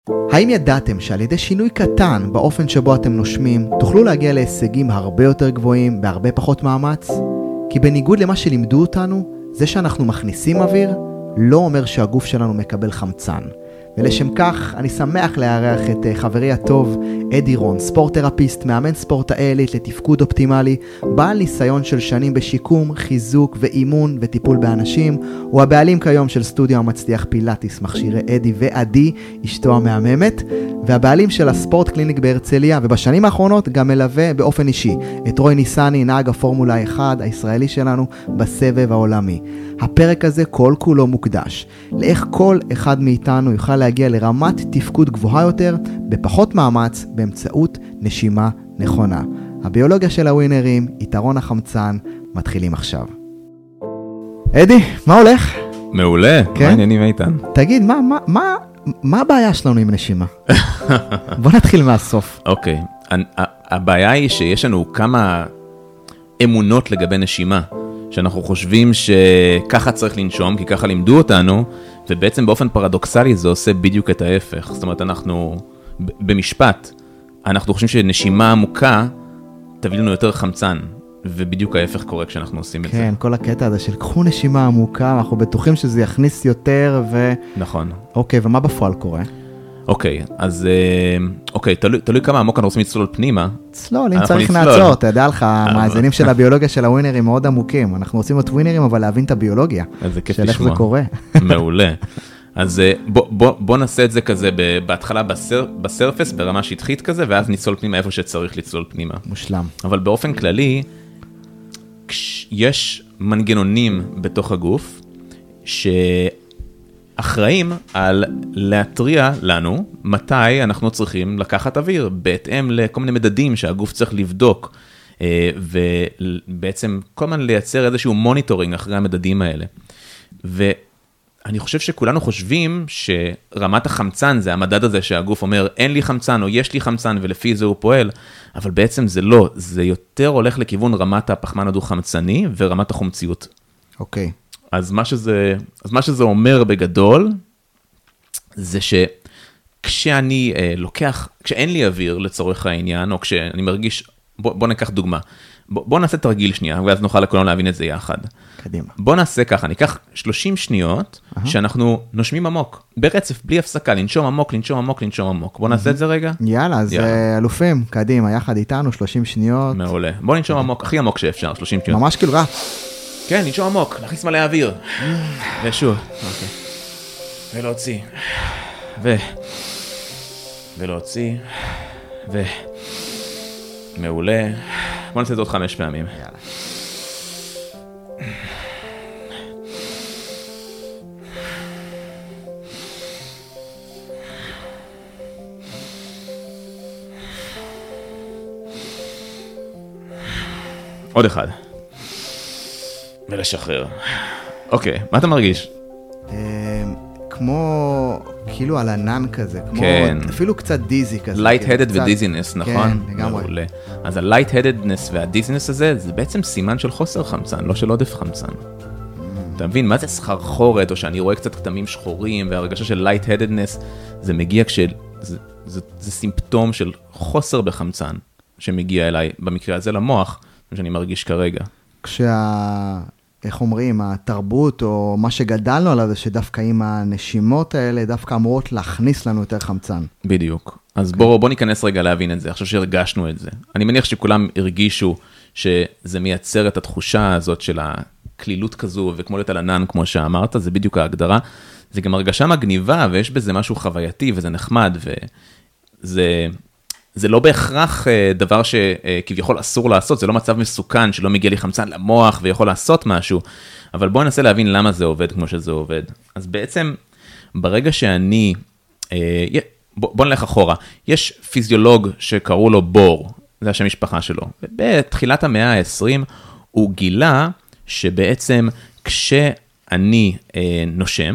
האם ידעתם שעל ידי שינוי קטן באופן שבו אתם נושמים, תוכלו להגיע להישגים הרבה יותר גבוהים בהרבה פחות מאמץ? כי בניגוד למה שלימדו אותנו, זה שאנחנו מכניסים אוויר, לא אומר שהגוף שלנו מקבל חמצן. ולשם כך, אני שמח לארח את חברי הטוב, אדי רון, ספורט-תרפיסט, מאמן ספורט העילית לתפקוד אופטימלי, בעל ניסיון של שנים בשיקום, חיזוק ואימון וטיפול באנשים, הוא הבעלים כיום של סטודיו המצליח פילאטיס, מכשירי אדי ועדי, אשתו המהממת, והבעלים של הספורט קליניק בהרצליה, ובשנים האחרונות גם מלווה באופן אישי את רוי ניסני, נהג הפורמולה 1 הישראלי שלנו בסבב העולמי. הפרק הזה כל כולו מוקדש לאיך כל אחד מאיתנו יוכל להגיע לרמת תפקוד גבוהה יותר בפחות מאמץ באמצעות נשימה נכונה. הביולוגיה של הווינרים, יתרון החמצן, מתחילים עכשיו. אדי, מה הולך? מעולה, כן? מה העניינים איתן? תגיד, מה הבעיה שלנו עם נשימה? בוא נתחיל מהסוף. אוקיי, הבעיה היא שיש לנו כמה אמונות לגבי נשימה, שאנחנו חושבים שככה צריך לנשום, כי ככה לימדו אותנו, ובעצם באופן פרדוקסלי זה עושה בדיוק את ההפך. זאת אומרת, אנחנו, במשפט, אנחנו חושבים שנשימה עמוקה תביא לנו יותר חמצן, ובדיוק ההפך קורה כשאנחנו עושים את זה. כן, כל הקטע הזה של קחו נשימה עמוקה, אנחנו בטוחים שזה יכניס יותר נכון. אוקיי, ומה בפועל קורה? אוקיי, אז תלוי כמה עמוק אנחנו רוצים לצלול פנימה. צלול, אם צריך נעצור, אתה יודע לך, המאזינים של הביולוגיה של הווינרים מאוד עמוקים. אנחנו רוצים להיות ווינרים, אבל להבין את הביולוגיה. איזה כיף של איך זה לשמוע. קורה. מעולה. אז בוא נעשה את זה כזה בהתחלה בסרפס, ברמה שטחית כזה, ואז נצלול פנימה איפה שצריך לצלול פנימה. מושלם. אבל באופן כללי, יש מנגנונים בתוך הגוף, שאחראים על להטריע לנו מתי אנחנו צריכים לקחת אוויר, בהתאם לכל מיני מדדים שהגוף צריך לבדוק, ובעצם כל הזמן לייצר איזשהו מוניטורינג אחרי המדדים האלה. ואני חושב שכולנו חושבים שרמת החמצן זה המדד הזה שהגוף אומר, אין לי חמצן או יש לי חמצן ולפי זה הוא פועל, אבל בעצם זה לא, זה יותר הולך לכיוון רמת הפחמן הדו-חמצני ורמת החומציות. אוקיי. אז מה שזה אומר בגדול, זה שכשאני כשאין לי אוויר לצורך העניין, או כשאני מרגיש, בוא ניקח דוגמה, בוא נעשה תרגיל שנייה, ואז נוכל לכולנו להבין את זה יחד. קדימה. בוא נעשה ככה, ניקח 30 שניות, שאנחנו נושמים עמוק, ברצף, בלי הפסקה, לנשום עמוק, לנשום עמוק, לנשום עמוק. בוא נעשה את זה רגע. יאללה, אז אלופים, קדימה, יחד איתנו, 30 שניות. מעולה. בוא ננשום עמוק, הכי עמוק שאפשר, 30 שניות. ממש כאילו רע. כן, ננשום עמוק, נכניס מלא אוויר. ושוב. ולהוציא. ולהוציא. מעולה. בוא נעשה את זה עוד 5 פעמים. יאללה. עוד אחד. ולשחרר. אוקיי, מה אתה מרגיש? כמו, כאילו על ענן כזה, כמו כן. אפילו קצת דיזי כזה. לייט-הדד ודיזינס, נכון? כן, לגמרי. מעולה. אז הלייט-הדדנס והדיזינס הזה, זה בעצם סימן של חוסר חמצן, לא של עודף חמצן. אתה מבין, מה זה סחרחורת, או שאני רואה קצת כתמים שחורים, והרגשה של לייט-הדדנס, זה מגיע זה סימפטום של חוסר בחמצן, שמגיע אליי, במקרה הזה למוח, שאני מרגיש כרגע. איך אומרים, התרבות או מה שגדלנו עליו זה שדווקא עם הנשימות האלה, דווקא אמורות להכניס לנו יותר חמצן. בדיוק. אז בוא ניכנס רגע להבין את זה, עכשיו שהרגשנו את זה. אני מניח שכולם הרגישו שזה מייצר את התחושה הזאת של הכלילות כזו, וכמו להיות על ענן, כמו שאמרת, זה בדיוק ההגדרה. זה גם הרגשה מגניבה, ויש בזה משהו חווייתי, וזה נחמד, זה לא בהכרח דבר שכביכול אסור לעשות, זה לא מצב מסוכן שלא מגיע לי חמצן למוח ויכול לעשות משהו, אבל בואו ננסה להבין למה זה עובד כמו שזה עובד. אז בעצם, ברגע שאני, בואו נלך אחורה, יש פיזיולוג שקראו לו בור, זה השם משפחה שלו, ובתחילת המאה ה-20 הוא גילה שבעצם כשאני נושם,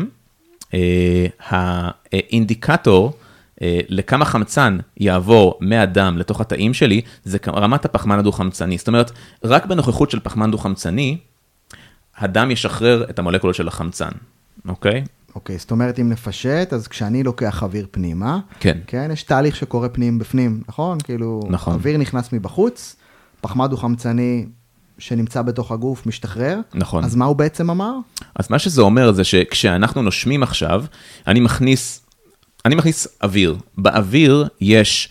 האינדיקטור, לכמה חמצן יעבור מהדם לתוך התאים שלי, זה רמת הפחמן הדו-חמצני. זאת אומרת, רק בנוכחות של פחמן דו-חמצני, הדם ישחרר את המולקולות של החמצן. אוקיי? אוקיי, זאת אומרת, אם נפשט, אז כשאני לוקח אוויר פנימה, כן. כן, יש תהליך שקורה בפנים, נכון? כאילו, נכון. אוויר נכנס מבחוץ, פחמן דו-חמצני שנמצא בתוך הגוף משתחרר. נכון. אז מה הוא בעצם אמר? אז מה שזה אומר זה שכשאנחנו נושמים עכשיו, אני מכניס אוויר. באוויר יש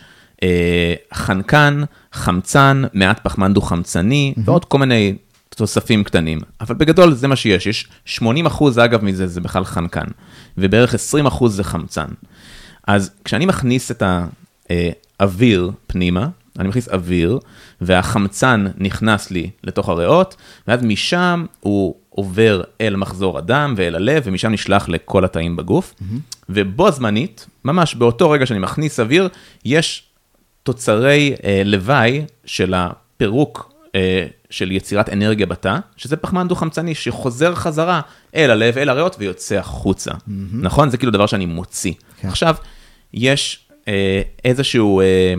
חנקן, חמצן, מעט פחמן דו-חמצני, ועוד כל מיני תוספים קטנים. אבל בגדול זה מה שיש. יש 80% אגב מזה זה בכלל חנקן, ובערך 20% זה חמצן. אז כשאני מכניס את האוויר פנימה, אני מכניס אוויר, והחמצן נכנס לי לתוך הריאות, ואז משם הוא עובר אל מחזור הדם ואל הלב, ומשם נשלח לכל התאים בגוף, ובו זמנית, ממש באותו רגע שאני מכניס אוויר, יש תוצרי לוואי של הפירוק של יצירת אנרגיה בתא, שזה פחמן דו-חמצני שחוזר חזרה אל הלב, אל הריאות, ויוצא החוצה. נכון? זה כאילו דבר שאני מוציא. עכשיו, יש איזשהו...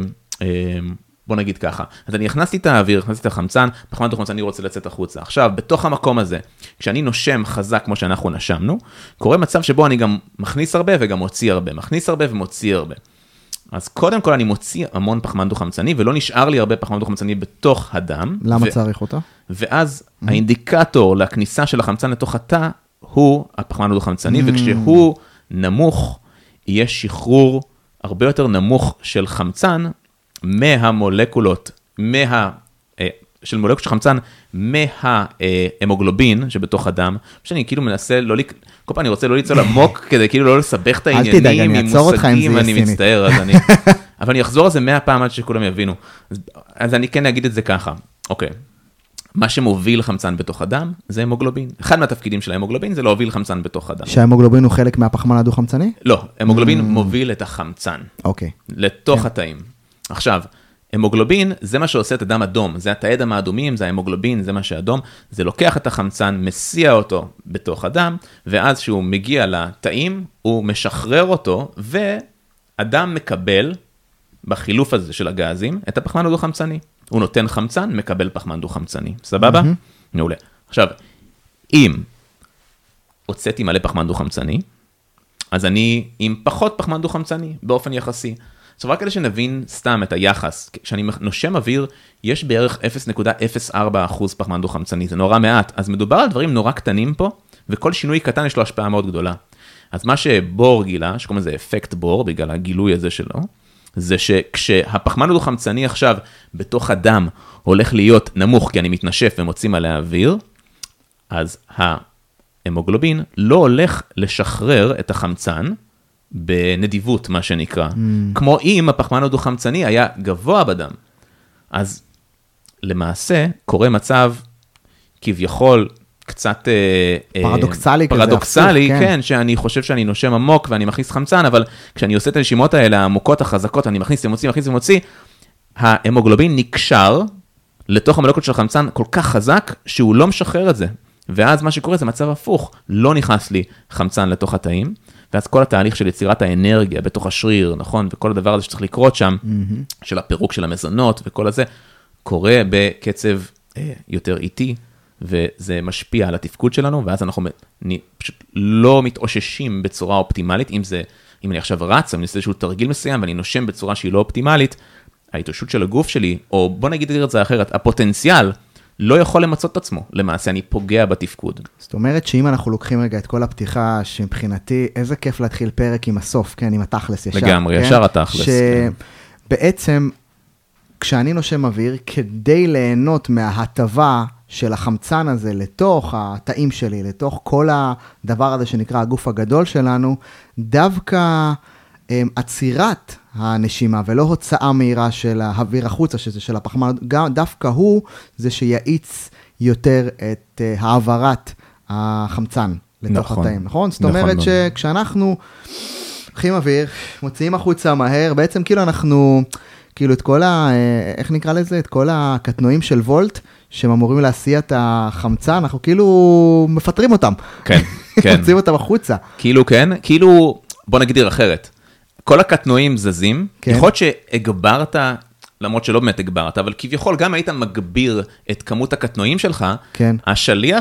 בוא נגיד ככה, אז אני הכנסתי את האוויר, הכנסתי את החמצן, פחמן דו-חמצני רוצה לצאת החוצה. עכשיו, בתוך המקום הזה, כשאני נושם חזק כמו שאנחנו נשמנו, קורה מצב שבו אני גם מכניס הרבה וגם מוציא הרבה, מכניס הרבה ומוציא הרבה. אז קודם כל אני מוציא המון פחמן דו-חמצני, ולא נשאר לי הרבה פחמן דו-חמצני בתוך הדם. למה צריך אותה? ואז האינדיקטור לכניסה של החמצן לתוך התא, הוא הפחמן דו-חמצני, וכשהוא נמוך, יהיה שחרור הרבה יותר נמוך של חמצן, מהמולקולות, של מולקולות של חמצן, מההמוגלובין שבתוך הדם, שאני כאילו מנסה, כל פעם אני רוצה לא ליצול עמוק, כדי כאילו לא לסבך את העניינים, עם מושגים, אני מצטער, אבל אני אחזור על זה 100 פעם עד שכולם יבינו. אז אני כן אגיד את זה ככה, אוקיי. מה שמוביל חמצן בתוך הדם, זה המוגלובין. אחד מהתפקידים של ההמוגלובין זה להוביל חמצן בתוך הדם. שההמוגלובין הוא חלק מהפחמן הדו-חמצני? לא, המוגלובין מוביל את החמצן. אוקיי. לתוך התאים. עכשיו, המוגלובין זה מה שעושה את הדם אדום, זה התאי דם האדומים, זה ההמוגלובין, זה מה שאדום, זה לוקח את החמצן, מסיע אותו בתוך הדם, ואז שהוא מגיע לתאים, הוא משחרר אותו, והדם מקבל, בחילוף הזה של הגזים, את הפחמן הדו-חמצני. הוא נותן חמצן, מקבל פחמן דו-חמצני. סבבה? מעולה. עכשיו, אם הוצאתי מלא פחמן דו-חמצני, אז אני עם פחות פחמן דו-חמצני, באופן יחסי. עכשיו, רק כדי שנבין סתם את היחס, כשאני נושם אוויר, יש בערך 0.04% פחמן דו-חמצני, זה נורא מעט, אז מדובר על דברים נורא קטנים פה, וכל שינוי קטן יש לו השפעה מאוד גדולה. אז מה שבור גילה, שקוראים לזה אפקט בור, בגלל הגילוי הזה שלו, זה שכשהפחמן הדו-חמצני עכשיו בתוך הדם הולך להיות נמוך, כי אני מתנשף ומוצאים עליה אוויר, אז ההמוגלובין לא הולך לשחרר את החמצן, בנדיבות, מה שנקרא. כמו אם הפחמן הדו-חמצני היה גבוה בדם. אז למעשה קורה מצב כביכול קצת פרדוקסלי כזה. פרדוקסלי, כן, שאני חושב שאני נושם עמוק ואני מכניס חמצן, אבל כשאני עושה את הנשימות האלה, העמוקות, החזקות, אני מכניס ומוציא, ההמוגלובין נקשר לתוך המולקולות של החמצן כל כך חזק, שהוא לא משחרר את זה. ואז מה שקורה זה מצב הפוך, לא נכנס לי חמצן לתוך התאים, ואז כל התהליך של יצירת האנרגיה בתוך השריר, נכון? וכל הדבר הזה שצריך לקרות שם, של הפירוק של המזונות וכל הזה, קורה בקצב יותר איטי, וזה משפיע על התפקוד שלנו, ואז אנחנו פשוט לא מתאוששים בצורה אופטימלית, אם אני עכשיו רץ, אני עושה איזשהו תרגיל מסוים, ואני נושם בצורה שהיא לא אופטימלית, ההתאוששות של הגוף שלי, או בוא נגיד את זה אחרת, הפוטנציאל, לא יכול למצות את עצמו, למעשה אני פוגע בתפקוד. זאת אומרת שאם אנחנו לוקחים רגע את כל הפתיחה, שמבחינתי, איזה כיף להתחיל פרק עם הסוף, כן, עם התכלס ישר. לגמרי, כן? ישר התכלס. שבעצם, כשאני נושם אוויר, כדי ליהנות מההטבה של החמצן הזה לתוך התאים שלי, לתוך כל הדבר הזה שנקרא הגוף הגדול שלנו, דווקא עצירת הנשימה ולא הוצאה מהירה של האוויר החוצה, שזה של הפחמן, דווקא הוא זה שיעיץ יותר את העברת החמצן לתוך התאים, נכון? זאת אומרת שכשאנחנו לוקחים אוויר, מוציאים החוצה מהר, בעצם כאילו אנחנו, כאילו את כל איך נקרא לזה? את כל הקטנועים של וולט, שהם אמורים להסיע את החמצן, אנחנו כאילו מפטרים אותם. כן, כן. מוציאים אותם החוצה. כאילו כן, כאילו, בוא נגדיר אחרת. כל הקטנועים זזים, יכול להיות שהגברת, למרות שלא באמת הגברת, אבל כביכול גם היית מגביר את כמות הקטנועים שלך, השליח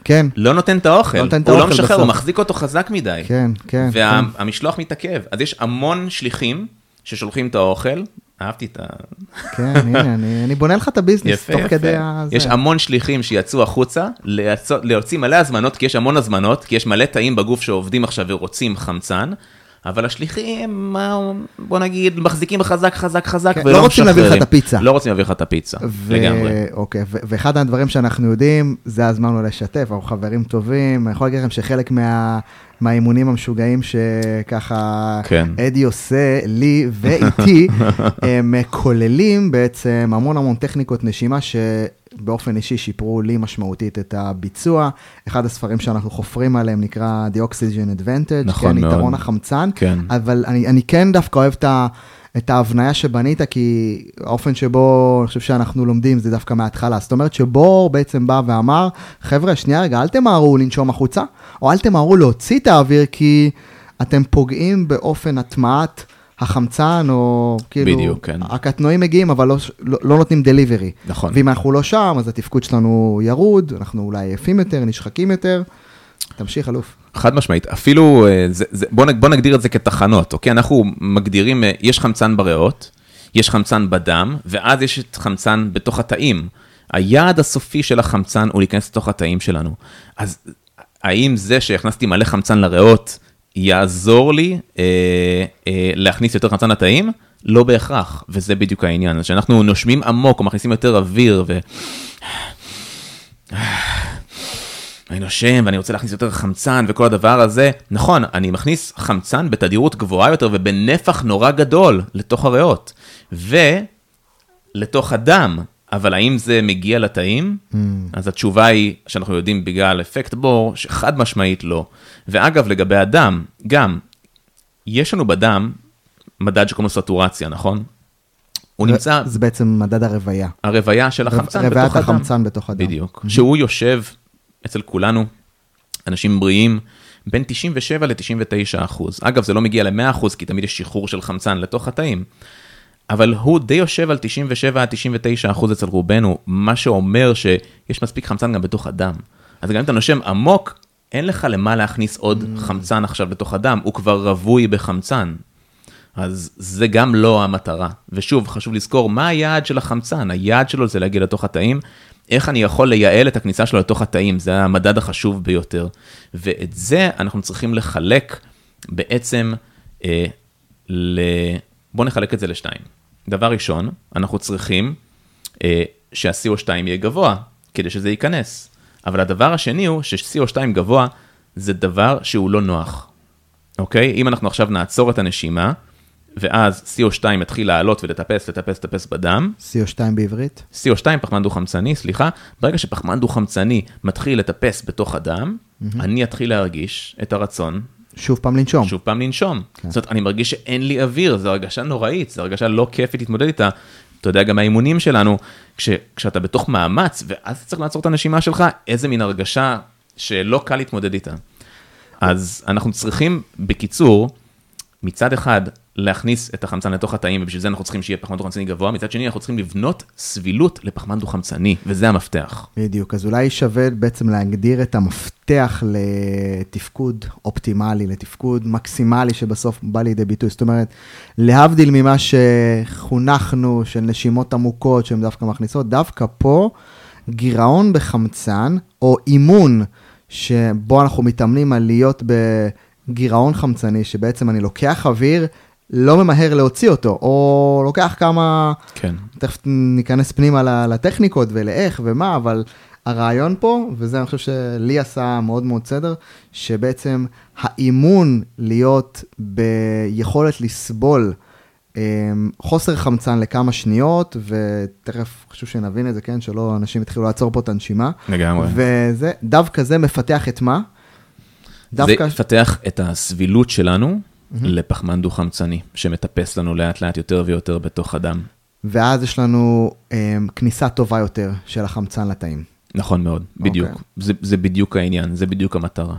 כן. לא נותן את האוכל. לא נותן את הוא האוכל לא משחרר, בסוף. הוא מחזיק אותו חזק מדי. כן, כן. והמשלוח מתעכב. אז יש המון שליחים ששולחים את האוכל. אהבתי את ה... כן, הנה, אני בונה לך את הביזנס תוך כדי הזה. יש המון שליחים שיצאו החוצה, להוציא מלא הזמנות, כי יש המון הזמנות, כי יש מלא תאים בגוף שעובדים עכשיו ורוצים חמצן, אבל השליחים, בוא נגיד, מחזיקים חזק, חזק, חזק, לא רוצים להביא לך את הפיצה. לא רוצים להביא לך את הפיצה, לגמרי. אוקיי, ואחד הדברים שאנחנו יודעים, זה הזמן אולי לשתף, אנחנו חברים טובים, אני יכול להגיד לכם שחלק מהאימונים המשוגעים שככה אדי עושה לי ואיתי, הם כוללים בעצם המון טכניקות נשימה שבאופן אישי שיפרו לי משמעותית את הביצוע. אחד הספרים שאנחנו חופרים עליהם נקרא The Oxygen Advantage, נכון מאוד. יתרון החמצן, כן. אבל אני כן דווקא אוהב את ההבניה שבנית, כי האופן שבו אני חושב שאנחנו לומדים זה דווקא מההתחלה. זאת אומרת שבור בעצם בא ואמר, חבר'ה, שנייה רגע, אל תמהרו לנשום החוצה, או אל תמהרו להוציא את האוויר, כי אתם פוגעים באופן הטמעת החמצן, או כאילו, בדיוק, כן. הקטנועים מגיעים, אבל לא נותנים דליברי. נכון. ואם אנחנו לא שם, אז התפקוד שלנו ירוד, אנחנו אולי יפים יותר, נשחקים יותר. תמשיך, אלוף. חד משמעית, אפילו, בוא נגדיר את זה כתחנות, אוקיי? אנחנו מגדירים, יש חמצן בריאות, יש חמצן בדם, ואז יש את חמצן בתוך התאים. היעד הסופי של החמצן הוא להיכנס לתוך התאים שלנו. אז האם זה שהכנסתי מלא חמצן לריאות, יעזור לי להכניס יותר חמצן לתאים? לא בהכרח, וזה בדיוק העניין. אז שאנחנו נושמים עמוק, או מכניסים יותר אוויר, אני נושם ואני רוצה להכניס יותר חמצן וכל הדבר הזה. נכון, אני מכניס חמצן בתדירות גבוהה יותר ובנפח נורא גדול לתוך הריאות ולתוך הדם, אבל האם זה מגיע לתאים? אז התשובה היא שאנחנו יודעים בגלל אפקט בור שחד משמעית לא. ואגב, לגבי הדם, גם יש לנו בדם מדד שקוראים לו סטורציה, נכון? הוא נמצא... זה בעצם מדד הרוויה. הרוויה של החמצן בתוך הדם. רוויית החמצן בתוך הדם. בדיוק. שהוא יושב אצל כולנו, אנשים בריאים, בין 97 ל-99%. אגב, זה לא מגיע ל-100%, כי תמיד יש שחרור של חמצן לתוך התאים, אבל הוא די יושב על 97-99% אצל רובנו, מה שאומר שיש מספיק חמצן גם בתוך הדם. אז גם אם אתה נושם עמוק, אין לך למה להכניס עוד חמצן עכשיו לתוך הדם, הוא כבר רווי בחמצן. אז זה גם לא המטרה. ושוב, חשוב לזכור מה היעד של החמצן. היעד שלו זה להגיע לתוך התאים, איך אני יכול לייעל את הכניסה שלו לתוך התאים, זה המדד החשוב ביותר. ואת זה אנחנו צריכים לחלק בעצם, בוא נחלק את זה לשתיים. דבר ראשון, אנחנו צריכים שה-CO2 יהיה גבוה, כדי שזה ייכנס. אבל הדבר השני הוא ש-CO2 גבוה, זה דבר שהוא לא נוח. אוקיי? אם אנחנו עכשיו נעצור את הנשימה, ואז CO2 מתחיל לעלות ולטפס בדם. CO2 בעברית? CO2, פחמן דו-חמצני, סליחה. ברגע שפחמן דו-חמצני מתחיל לטפס בתוך הדם, אני אתחיל להרגיש את הרצון. שוב פעם לנשום. שוב פעם לנשום. זאת אומרת, אני מרגיש שאין לי אוויר, זו הרגשה נוראית, זו הרגשה לא כיפית להתמודד איתה. אתה יודע, גם האימונים שלנו, כשאתה בתוך מאמץ, ואז צריך לעצור את הנשימה שלך, איזה מין הרגשה שלא קל להתמודד איתה. אז אנחנו צריכים, בקיצור, מצד אחד, להכניס את החמצן לתוך התאים, ובשביל זה אנחנו צריכים שיהיה פחמן דו-חמצני גבוה, מצד שני אנחנו צריכים לבנות סבילות לפחמן דו-חמצני, וזה המפתח. בדיוק, אז אולי שווה בעצם להגדיר את המפתח לתפקוד אופטימלי, לתפקוד מקסימלי שבסוף בא לידי ביטוי, זאת אומרת, להבדיל ממה שחונכנו של נשימות עמוקות, שהן דווקא מכניסות, דווקא פה גירעון בחמצן, או אימון שבו אנחנו מתאמנים על להיות בגירעון חמצני, שבעצם אני לוקח אוויר, לא ממהר להוציא אותו, או לוקח כמה, כן. תכף ניכנס פנימה לטכניקות ולאיך ומה, אבל הרעיון פה, וזה אני חושב שלי עשה מאוד מאוד סדר, שבעצם האימון להיות ביכולת לסבול חוסר חמצן לכמה שניות, ותכף חשוב שנבין את זה, כן, שלא אנשים התחילו לעצור פה את הנשימה. לגמרי. וזה, דווקא זה מפתח את מה? זה מפתח את הסבילות שלנו, לפחמן דו-חמצני, שמטפס לנו לאט לאט יותר ויותר בתוך הדם. ואז יש לנו כניסה טובה יותר של החמצן לתאים. נכון מאוד, בדיוק. זה בדיוק העניין, זה בדיוק המטרה.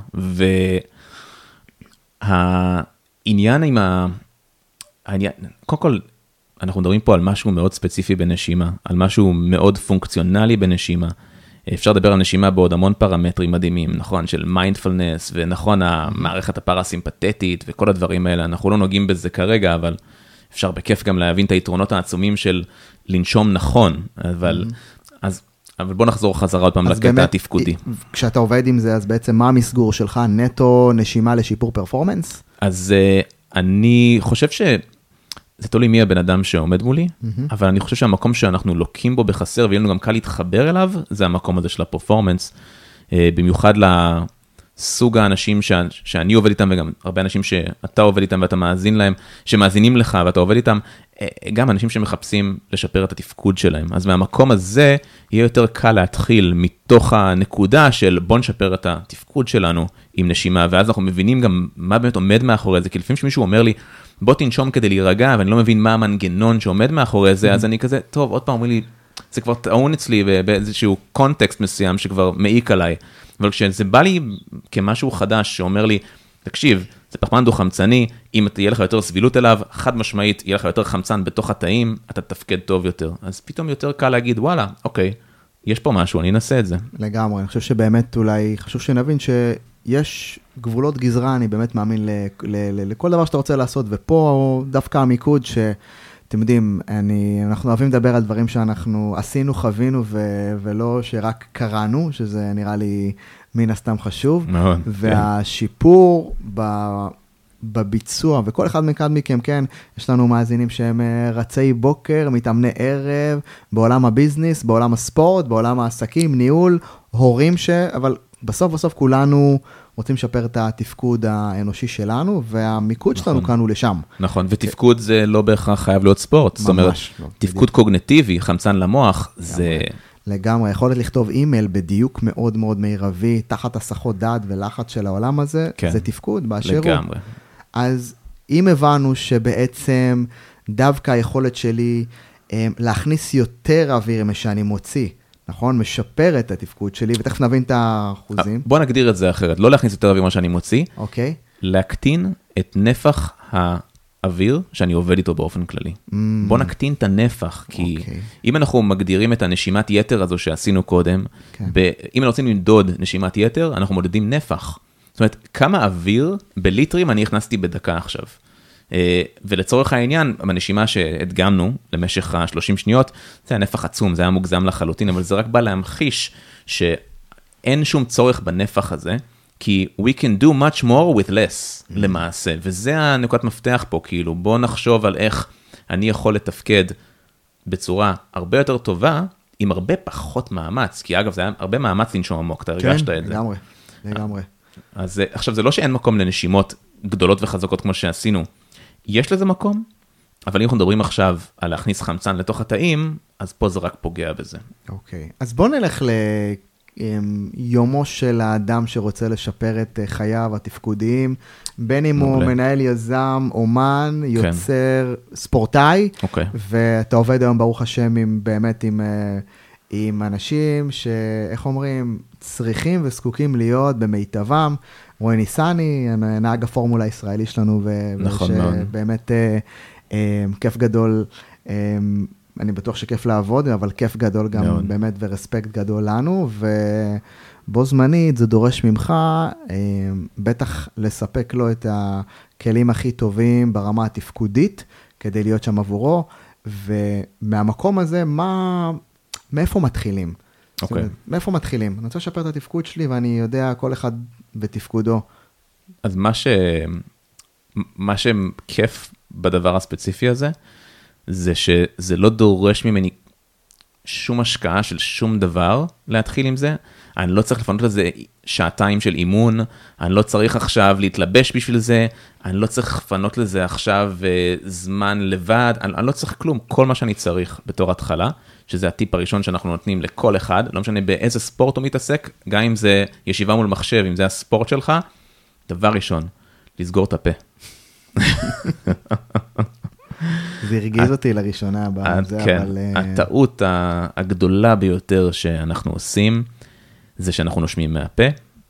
והעניין עם קודם כל, אנחנו מדברים פה על משהו מאוד ספציפי בנשימה, על משהו מאוד פונקציונלי בנשימה. אפשר לדבר על נשימה בעוד המון פרמטרים מדהימים, נכון, של מיינדפולנס, ונכון, המערכת הפרסימפתטית, וכל הדברים האלה, אנחנו לא נוגעים בזה כרגע, אבל אפשר בכיף גם להבין את היתרונות העצומים של לנשום נכון, אבל בוא נחזור חזרה עוד פעם לקטע התפקודי. כשאתה עובד עם זה, אז בעצם מה המסגור שלך? נטו נשימה לשיפור פרפורמנס? אז אני חושב זה תולי מי הבן אדם שעומד מולי, אבל אני חושב שהמקום שאנחנו לוקים בו בחסר, ויהיה לנו גם קל להתחבר אליו, זה המקום הזה של הפרפורמנס, במיוחד לסוג האנשים שאני עובד איתם, וגם הרבה אנשים שאתה עובד איתם ואתה מאזין להם, שמאזינים לך ואתה עובד איתם, גם אנשים שמחפשים לשפר את התפקוד שלהם. אז מהמקום הזה יהיה יותר קל להתחיל מתוך הנקודה של בוא נשפר את התפקוד שלנו עם נשימה, ואז אנחנו מבינים גם מה באמת עומד מאחורי זה, כי לפעמים שמישהו אומר לי, בוא תנשום כדי להירגע, ואני לא מבין מה המנגנון שעומד מאחורי זה, אז אני כזה, טוב, עוד פעם אומרים לי, זה כבר טעון אצלי באיזשהו קונטקסט מסוים שכבר מעיק עליי, אבל כשזה בא לי כמשהו חדש שאומר לי, תקשיב, זה פחמן דו-חמצני, אם תהיה לך יותר סבילות אליו, חד משמעית, יהיה לך יותר חמצן בתוך התאים, אתה תפקד טוב יותר. אז פתאום יותר קל להגיד, וואלה, אוקיי, יש פה משהו, אני אנסה את זה. לגמרי, אני חושב שבאמת אולי חשוב שנבין שיש גבולות גזרה, אני באמת מאמין לכל דבר שאתה רוצה לעשות, ופה דווקא המיקוד שאתם יודעים, אנחנו אוהבים לדבר על דברים שאנחנו עשינו, חווינו, ולא שרק קראנו, שזה נראה לי מן הסתם חשוב, והשיפור בביצוע, וכל אחד מכם, כן, יש לנו מאזינים שהם רצי בוקר, מתאמני ערב, בעולם הביזנס, בעולם הספורט, בעולם העסקים, ניהול, הורים אבל בסוף כולנו רוצים לשפר את התפקוד האנושי שלנו, והמיקוד שלנו כאן הוא לשם. נכון, ותפקוד זה לא בהכרח חייב להיות ספורט, זאת אומרת, תפקוד קוגניטיבי, חמצן למוח, זה... לגמרי, יכולת לכתוב אימייל בדיוק מאוד מאוד מירבי, תחת הסחות דעת ולחץ של העולם הזה, זה תפקוד באשר הוא. לגמרי. אז אם הבנו שבעצם דווקא היכולת שלי להכניס יותר אוויר משאני מוציא, נכון? משפר את התפקוד שלי, ותכף נבין את האחוזים. בוא נגדיר את זה אחרת, לא להכניס יותר אוויר מה שאני מוציא, להקטין את נפח האוויר שאני עובד איתו באופן כללי. בוא נקטין את הנפח, כי אם אנחנו מגדירים את הנשימת יתר הזו שעשינו קודם, אם אנחנו רוצים למדוד נשימת יתר, אנחנו מודדים נפח. זאת אומרת, כמה אוויר בליטרים אני הכנסתי בדקה עכשיו. ולצורך העניין, בנשימה שהדגמנו למשך 30 שניות, זה היה נפח עצום, זה היה מוגזם לחלוטין, אבל זה רק בא להמחיש שאין שום צורך בנפח הזה, כי we can do much more with less, למעשה, וזה הנקודת מפתח פה, כאילו, בוא נחשוב על איך אני יכול לתפקד בצורה הרבה יותר טובה, עם הרבה פחות מאמץ, כי אגב, זה היה הרבה מאמץ לנשום עמוק, אתה הרגשת את זה. כן, לגמרי. אז עכשיו, זה לא שאין מקום לנשימות גדולות וחזקות כמו שעשינו, יש לזה מקום, אבל אם אנחנו מדברים עכשיו על להכניס חמצן לתוך התאים, אז פה זה רק פוגע בזה. אוקיי, אז בוא נלך ליומו של האדם שרוצה לשפר את חייו התפקודיים, בין אם הוא מנהל יזם, אומן, יוצר, ספורטאי, ואתה עובד היום ברוך השם באמת עם אנשים שאיך אומרים, צריכים וזקוקים להיות במיטבם. רועי ניסני, נהג הפורמולה הישראלי שלנו, ובאמת כיף גדול, אני בטוח שכיף לעבוד, אבל כיף גדול גם באמת ורספקט גדול לנו, ובו זמנית זה דורש ממך, בטח לספק לו את הכלים הכי טובים ברמה התפקודית, כדי להיות שם עבורו, ומהמקום הזה, מאיפה מתחילים? מאיפה מתחילים? אני רוצה לשפר את התפקוד שלי, ואני יודע כל אחד בתפקודו. אז מה שכיף בדבר הספציפי הזה, זה שזה לא דורש ממני שום השקעה של שום דבר להתחיל עם זה. אני לא צריך לפנות לזה שעתיים של אימון, אני לא צריך עכשיו להתלבש בשביל זה, אני לא צריך לפנות לזה עכשיו זמן לבד, אני לא צריך כלום. כל מה שאני צריך בתור התחלה, שזה הטיפ הראשון שאנחנו נותנים לכל אחד, לא משנה באיזה ספורט הוא מתעסק, גם אם זה ישיבה מול מחשב, אם זה הספורט שלך, דבר ראשון, לסגור את הפה. זה הרגיז אותי לראשונה. כן, הטעות הגדולה ביותר שאנחנו עושים, זה שאנחנו נושמים מהפה,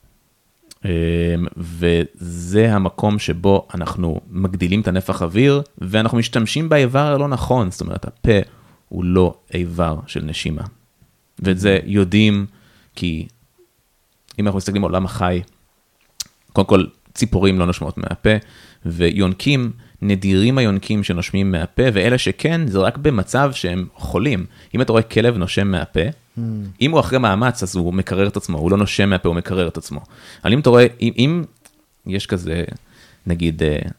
וזה המקום שבו אנחנו מגדילים את הנפח אוויר, ואנחנו משתמשים באיבר הלא נכון, זאת אומרת, הפה הוא לא איבר של נשימה. ואת זה יודעים כי אם אנחנו מסתכלים בעולם החי, קודם כל ציפורים לא נושמות מהפה, ויונקים, נדירים היונקים שנושמים מהפה, ואלה שכן, זה רק במצב שהם חולים. אם אתה רואה כלב נושם מהפה, אם הוא אחרי מאמץ, אז הוא מקרר את עצמו, הוא לא נושם מהפה, הוא מקרר את עצמו. אבל אם אתה רואה, אם יש כזה, נגיד,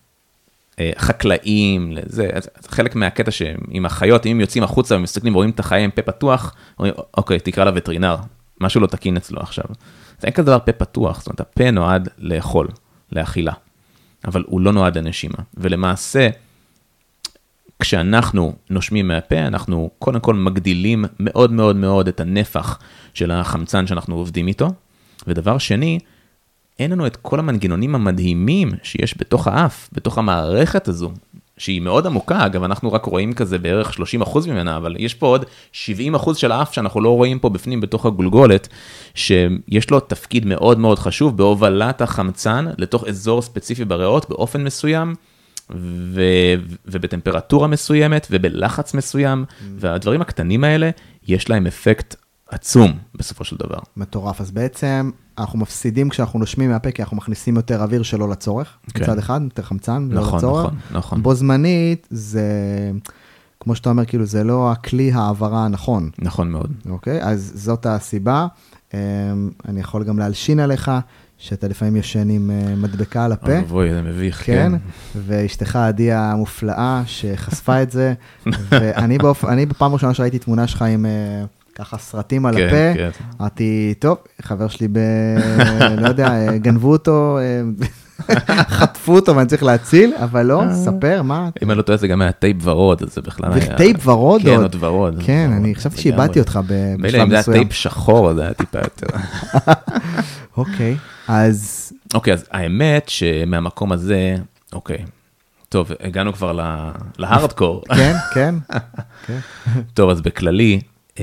חקלאים, זה חלק מהקטע שעם החיות, אם יוצאים החוצה ומסתכלים ורואים את החיה עם פה פתוח, אומרים, אוקיי, תקרא לווטרינר, משהו לא תקין אצלו עכשיו. זה אין כזה דבר פה פתוח, זאת אומרת, הפה נועד לאכול, לאכילה, אבל הוא לא נועד לנשימה. ולמעשה, כשאנחנו נושמים מהפה, אנחנו קודם כל מגדילים מאוד מאוד מאוד את הנפח של החמצן שאנחנו עובדים איתו, ודבר שני, אין לנו את כל המנגנונים המדהימים שיש בתוך האף, בתוך המערכת הזו, שהיא מאוד עמוקה, אגב, אנחנו רק רואים כזה בערך 30% ממנה, אבל יש פה עוד 70% של האף שאנחנו לא רואים פה בפנים, בתוך הגולגולת, שיש לו תפקיד מאוד מאוד חשוב, בהובלת החמצן לתוך אזור ספציפי בריאות, באופן מסוים, ובטמפרטורה מסוימת, ובלחץ מסוים, והדברים הקטנים האלה, יש להם אפקט עצום, בסופו של דבר. מטורף, אז בעצם אנחנו מפסידים כשאנחנו נושמים מהפה, כי אנחנו מכניסים יותר אוויר שלא לצורך, מצד אחד, יותר חמצן, לא לצורך. נכון. בו זמנית, זה, כמו שאתה אומר, כאילו, זה לא הכלי העברה הנכון. נכון מאוד. אוקיי? אז זאת הסיבה. אני יכול גם להלשין עליך, שאתה לפעמים ישן עם מדבקה על הפה. אבוי, זה מביך, כן. ואשתך עדי המופלאה, שחשפה את זה, ואני בפעם ראשונה שראיתי תמונה שלך עם ככה סרטים על הפה, אמרתי, טוב, חבר שלי לא יודע, גנבו אותו, חטפו אותו ואני צריך להציל, אבל לא, ספר, מה? אם אני לא טועה, זה גם היה טייפ ורוד, אז זה בכלל היה... טייפ ורוד? כן, עוד ורוד. כן, אני חשבתי שאיבדתי אותך בשלב מסוים. אם זה היה טייפ שחור, זה היה טיפה יותר. אוקיי, אז... אוקיי, אז האמת שמהמקום הזה, אוקיי, טוב, הגענו כבר להארדקור. כן, כן. טוב, אז בכללי,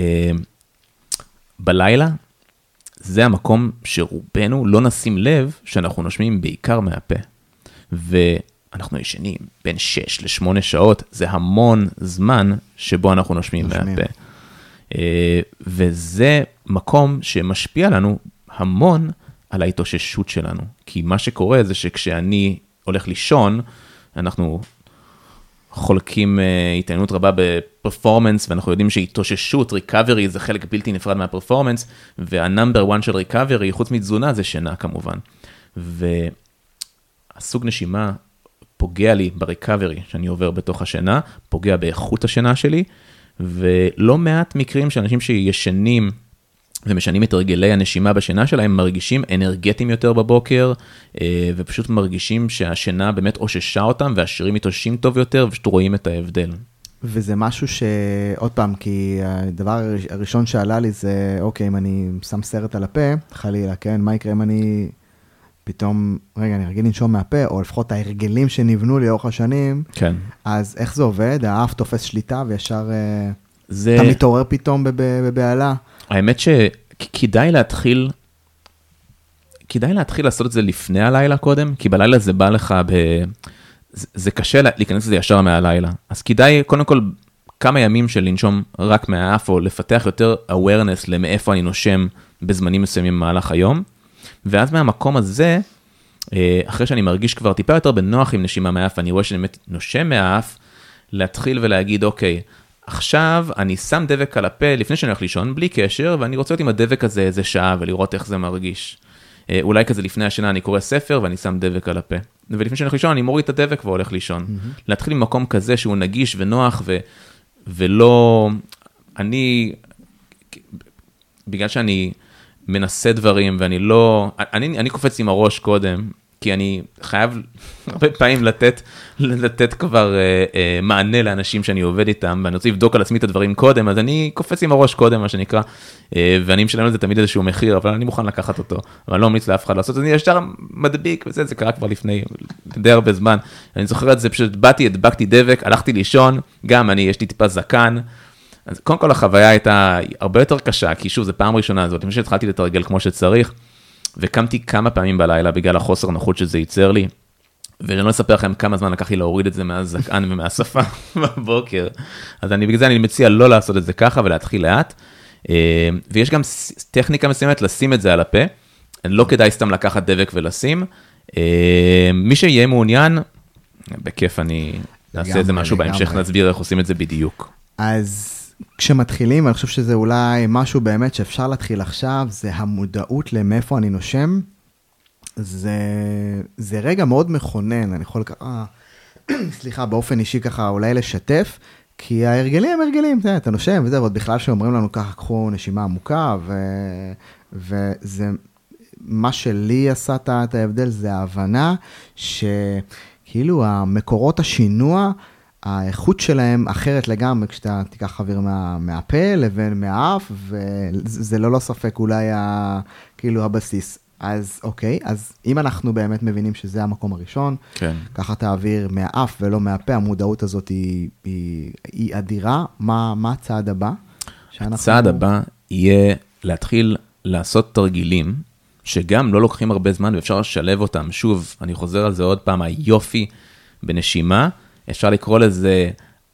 בלילה, זה המקום שרובנו לא נשים לב שאנחנו נושמים בעיקר מהפה. ואנחנו ישנים בין 6 ל8 שעות, זה המון זמן שבו אנחנו נושמים מהפה. וזה מקום שמשפיע לנו המון על ההתאוששות שלנו. כי מה שקורה זה שכשאני הולך לישון, אנחנו חולקים התעניינות רבה בפרפורמנס, ואנחנו יודעים שהתאוששות, ריקאברי, זה חלק בלתי נפרד מהפרפורמנס, והנאמבר 1 של ריקאברי, חוץ מתזונה, זה שינה כמובן. והסוג נשימה פוגע לי בריקאברי, שאני עובר בתוך השינה, פוגע באיכות השינה שלי, ולא מעט מקרים שאנשים שישנים, ומשנים את הרגלי הנשימה בשינה שלהם, מרגישים אנרגטיים יותר בבוקר, ופשוט מרגישים שהשינה באמת אוששה אותם, והשירים מתאוששים טוב יותר, ופשוט רואים את ההבדל. וזה משהו שעוד פעם, כי הדבר הראשון שעלה לי זה, אוקיי, אם אני שם סרט על הפה, חלילה, כן, מה יקרה אם אני פתאום, רגע, אני רגיל לנשום מהפה, או לפחות ההרגלים שנבנו לי לאורך השנים, כן. אז איך זה עובד? האף תופס שליטה, וישר אתה מתעורר פתאום בבעלה. האמת שכדאי להתחיל לעשות את זה לפני הלילה קודם, כי בלילה זה בא לך זה קשה להיכנס לזה ישר מהלילה. אז כדאי, קודם כל, כמה ימים של לנשום רק מהאף, או לפתח יותר awareness למאיפה אני נושם בזמנים מסוימים במהלך היום. ואז מהמקום הזה, אחרי שאני מרגיש כבר טיפה יותר בנוח עם נשימה מהאף, אני רואה שאני באמת נושם מהאף, להתחיל ולהגיד, אוקיי, עכשיו אני שם דבק על הפה לפני שאני הולך לישון, בלי קשר, ואני רוצה להיות עם הדבק הזה איזה שעה, ולראות איך זה מרגיש. אולי כזה לפני השינה אני קורא ספר, ואני שם דבק על הפה. ולפני שאני הולך לישון, אני מוריד את הדבק והולך לישון. להתחיל עם מקום כזה שהוא נגיש ונוח, ולא... בגלל שאני מנסה דברים, ואני לא... אני קופץ עם הראש קודם, כי אני חייב הרבה פעמים לתת כבר מענה לאנשים שאני עובד איתם, ואני רוצה לבדוק על עצמי את הדברים קודם, אז אני קופץ עם הראש קודם, מה שנקרא, ואני משלם לזה תמיד איזשהו מחיר, אבל אני מוכן לקחת אותו, אבל לא ממליץ לאף אחד לעשות, אז אני ישר מדביק, וזה, זה קרה כבר לפני די הרבה זמן, אני זוכר את זה, פשוט הדבקתי דבק, הלכתי לישון, גם יש לי טיפה זקן, אז קודם כל החוויה הייתה הרבה יותר קשה, כי שוב, זו פעם ראשונה הזאת, לפני שהתחלתי לתרגל כמו שצריך, וקמתי כמה פעמים בלילה בגלל החוסר נוחות שזה ייצר לי, ואני לא אספר לכם כמה זמן לקח לי להוריד את זה מהזקן ומהשפה בבוקר, אז בגלל זה אני מציע לא לעשות את זה ככה ולהתחיל לאט, ויש גם טכניקה מסוימת לשים את זה על הפה, לא כדאי סתם לקחת דבק ולשים, מי שיהיה מעוניין, בכיף אני נעשה את זה משהו בהמשך, נסביר איך עושים את זה בדיוק. אז כשמתחילים, אני חושב שזה אולי משהו באמת שאפשר להתחיל עכשיו, זה המודעות למאיפה אני נושם, זה רגע מאוד מכונן, אני יכול ככה, סליחה, באופן אישי ככה אולי לשתף, כי ההרגלים הם הרגלים, אתה נושם וזה, ועוד בכלל שאומרים לנו ככה, קחו נשימה עמוקה, וזה, מה שלי עשה את ההבדל, זה ההבנה שכאילו המקורות השינוע, האיכות שלהם אחרת לגמרי, כשאתה תיקח אוויר מהפה לבין מהאף, וזה לא ספק אולי כאילו הבסיס. אז אוקיי, אז אם אנחנו באמת מבינים שזה המקום הראשון, כן. ככה את האוויר מהאף ולא מהפה, המודעות הזאת היא אדירה. מה הצעד הבא? הצעד הבא יהיה להתחיל לעשות תרגילים, שגם לא לוקחים הרבה זמן ואפשר לשלב אותם. שוב, אני חוזר על זה עוד פעם, היופי בנשימה, אפשר לקרוא לזה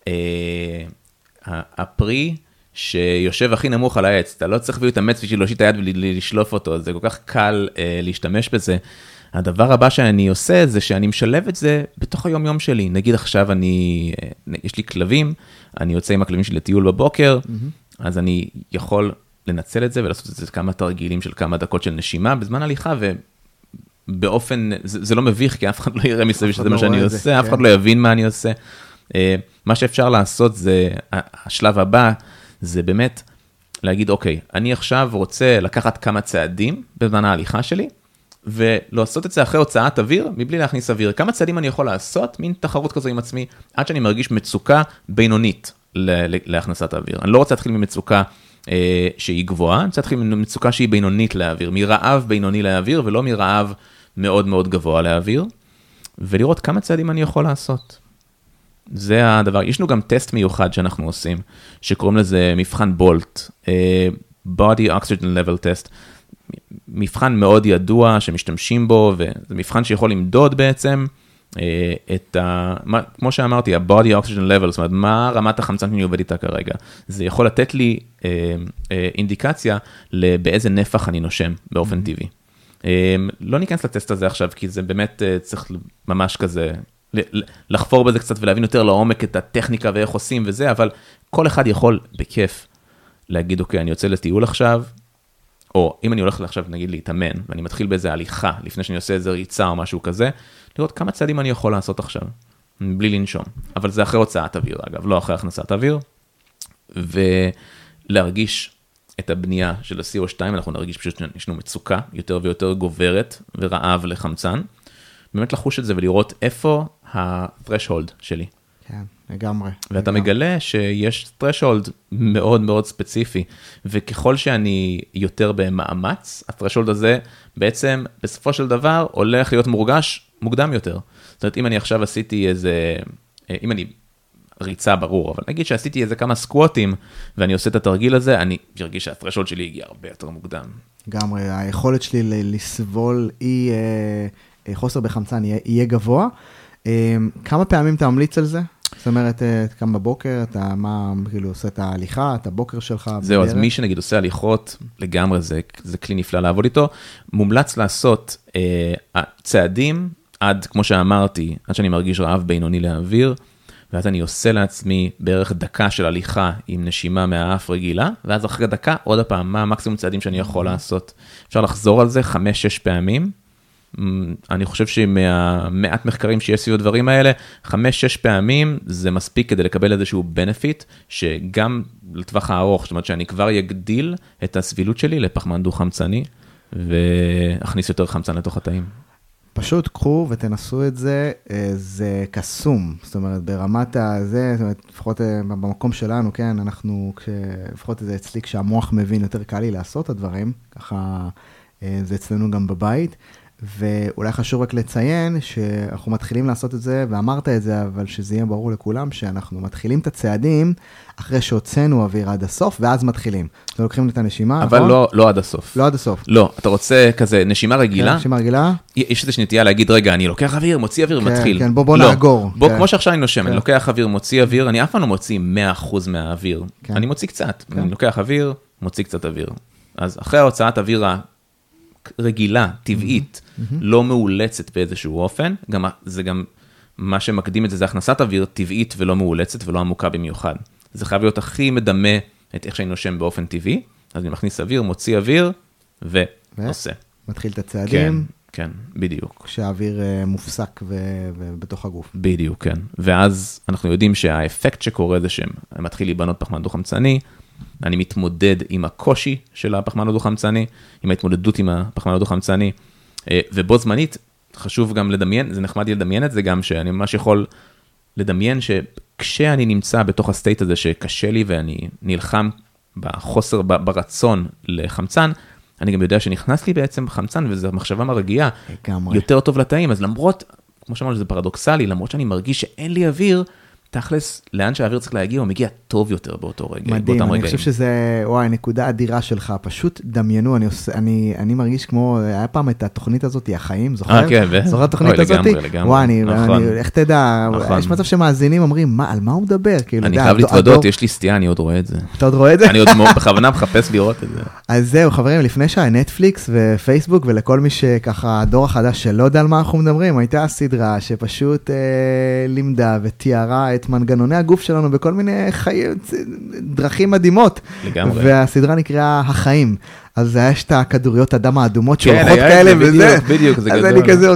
הפרי שיושב הכי נמוך על העץ, אתה לא צריך להתאמץ בשביל להושיט את היד ולשלוף אותו, זה כל כך קל להשתמש בזה. הדבר הבא שאני עושה זה שאני משלב את זה בתוך היום יום שלי, נגיד עכשיו יש לי כלבים, אני יוצא עם הכלבים שלי לטיול בבוקר, אז אני יכול לנצל את זה ולעשות את זה כמה תרגילים של כמה דקות של נשימה בזמן הליכה, ובאופן, זה לא מביך, כי אף אחד לא יראה מסביב שזה מה שאני עושה, אף אחד לא יבין מה אני עושה. מה שאפשר לעשות זה, השלב הבא, זה באמת להגיד, אוקיי, אני עכשיו רוצה לקחת כמה צעדים בזמן ההליכה שלי, ולעשות את זה אחרי הוצאת אוויר, מבלי להכניס אוויר. כמה צעדים אני יכול לעשות, מין תחרות כזו עם עצמי, עד שאני מרגיש מצוקה בינונית להכנסת האוויר. אני לא רוצה להתחיל ממצוקה שהיא גבוהה, אני רוצה להתחיל ממצוקה שהיא בינונית לאוויר, מרעב בינוני לאוויר, ולא מרעב מאוד מאוד גבוה לאוויר, ולראות כמה צעדים אני יכול לעשות. זה הדבר. יש לנו גם טסט מיוחד שאנחנו עושים, שקוראים לזה מבחן בולט, Body Oxygen Level Test, מבחן מאוד ידוע שמשתמשים בו, וזה מבחן שיכול למדוד בעצם כמו שאמרתי, ה-Body Oxygen Level, זאת אומרת, מה רמת החמצן שאני עובד איתה כרגע. זה יכול לתת לי אינדיקציה באיזה נפח אני נושם באופן טבעי. לא ניכנס לטסט הזה עכשיו, כי זה באמת צריך ממש כזה לחפור בזה קצת ולהבין יותר לעומק את הטכניקה ואיך עושים וזה, אבל כל אחד יכול בכיף להגיד, אוקיי, אני יוצא לטיול עכשיו, או אם אני הולך עכשיו, נגיד, להתאמן, ואני מתחיל באיזה הליכה, לפני שאני עושה איזה ריצה או משהו כזה, לראות כמה צעדים אני יכול לעשות עכשיו, בלי לנשום. אבל זה אחרי הוצאת אוויר, אגב, לא אחרי הכנסת אוויר, ולהרגיש את הבנייה של ה-CO2, אנחנו נרגיש פשוט שיש לנו מצוקה יותר ויותר גוברת ורעב לחמצן, באמת לחוש את זה ולראות איפה ה-threshold שלי. כן, לגמרי. ואתה מגלה שיש threshold מאוד מאוד ספציפי, וככל שאני יותר במאמץ, ה-threshold הזה בעצם בסופו של דבר הולך להיות מורגש מוקדם יותר. זאת אומרת, אם אני עכשיו עשיתי איזה, אם אני ריצה ברור, אבל נגיד שעשיתי איזה כמה סקווטים, ואני עושה את התרגיל הזה, אני ארגיש שה-threshold שלי הגיע הרבה יותר מוקדם. לגמרי, היכולת שלי לסבול חוסר בחמצן יהיה גבוה. כמה פעמים אתה ממליץ על זה? זאת אומרת, קם בבוקר, אתה כאילו עושה את ההליכה, את הבוקר שלך. זהו, אז מי שנגיד עושה הליכות, לגמרי זה כלי נפלא לעבוד איתו, מומלץ לעשות צעדים, עד, כמו שאמרתי, עד שאני מרגיש רעב בינוני לאוויר, ואז אני עושה לעצמי בערך דקה של הליכה עם נשימה מהאף רגילה, ואז אחרי דקה, עוד הפעם, מה המקסימום צעדים שאני יכול לעשות? אפשר לחזור על זה 5-6 פעמים, אני חושב שמעט מחקרים שיש סביב הדברים האלה, 5-6 פעמים זה מספיק כדי לקבל איזשהו benefit, שגם לטווח הארוך, זאת אומרת שאני כבר יגדיל את הסבילות שלי לפחמן דו-חמצני, ואכניס יותר חמצן לתוך התאים. פשוט קחו ותנסו את זה, זה קסום, זאת אומרת ברמת הזה, זאת אומרת לפחות במקום שלנו, כן, אנחנו, לפחות זה אצלי כשהמוח מבין יותר קל לי לעשות את הדברים, ככה זה אצלנו גם בבית, ואולי חשוב רק לציין שאנחנו מתחילים לעשות את זה, ואמרת את זה, אבל שזה יהיה ברור לכולם, שאנחנו מתחילים את הצעדים אחרי שהוצאנו אוויר עד הסוף, ואז מתחילים. אתם לוקחים את הנשימה, אבל לא עד הסוף. לא עד הסוף. לא, אתה רוצה כזה נשימה רגילה. נשימה רגילה. יש איזושהי נטייה להגיד, רגע, אני לוקח אוויר, מוציא אוויר, מתחיל. כן, בוא נאגור. בוא, כמו שעכשיו אני נושם, אני לוקח אוויר, מוציא אוויר, אני אף פעם לא מוציא 100% מהאוויר. אני מוציא קצת. אני לוקח אוויר, מוציא קצת אוויר. אז אחרי ההוצאת אוויר רגילה, טבעית, לא מאולצת באיזשהו אופן, זה גם מה שמקדים את זה, זה הכנסת אוויר טבעית ולא מאולצת ולא עמוקה במיוחד. זה חייב להיות הכי מדמה את איך שאני נושם באופן טבעי, אז אני מכניס אוויר, מוציא אוויר ועושה. מתחיל את הצעדים. כן, בדיוק. כשהאוויר מופסק ובתוך הגוף. בדיוק, כן. ואז אנחנו יודעים שהאפקט שקורה זה שמתחיל להיבנות פחמן דו-חמצני, אני מתמודד עם הקושי של הפחמן הדו-חמצני, עם ההתמודדות עם הפחמן הדו-חמצני, ובו זמנית, חשוב גם לדמיין, זה נחמד לי לדמיין את זה גם, שאני ממש יכול לדמיין שכשאני נמצא בתוך הסטייט הזה שקשה לי ואני נלחם בחוסר, ברצון לחמצן, אני גם יודע שנכנס לי בעצם חמצן, וזו מחשבה מרגיעה, יותר טוב לתאים, אז למרות, כמו שאמרנו, זה פרדוקסלי, למרות שאני מרגיש שאין לי אוויר, תכלס, לאן שהאוויר צריך להגיע, הוא מגיע טוב יותר באותו רגע. מדהים, אני חושב שזה, וואי, נקודה אדירה שלך, פשוט דמיינו, אני מרגיש כמו, היה פעם את התוכנית הזאת, החיים, זוכר? כן, זוכר התוכנית הזאת? וואי, איך תדע, יש מצב שמאזינים אומרים, על מה הוא מדבר? אני חייב להתוודות, יש לי סטייה, אני עוד רואה את זה. אתה עוד רואה את זה? אני עוד בכוונה מחפש לראות את זה. אז זהו, חברים, לפני שהנטפליקס ופייסבוק, ולכל מי שככה, הדור החדש שלא יודע על מה אנחנו מדברים, הייתה סדרה שפשוט לימדה ותיארה את מנגנוני הגוף שלנו בכל מיני דרכים מדהימות. לגמרי. והסדרה נקראה החיים. אז יש את הכדוריות הדם האדומות שהולכות כאלה וזה. בדיוק, זה גדול. אז אני כזה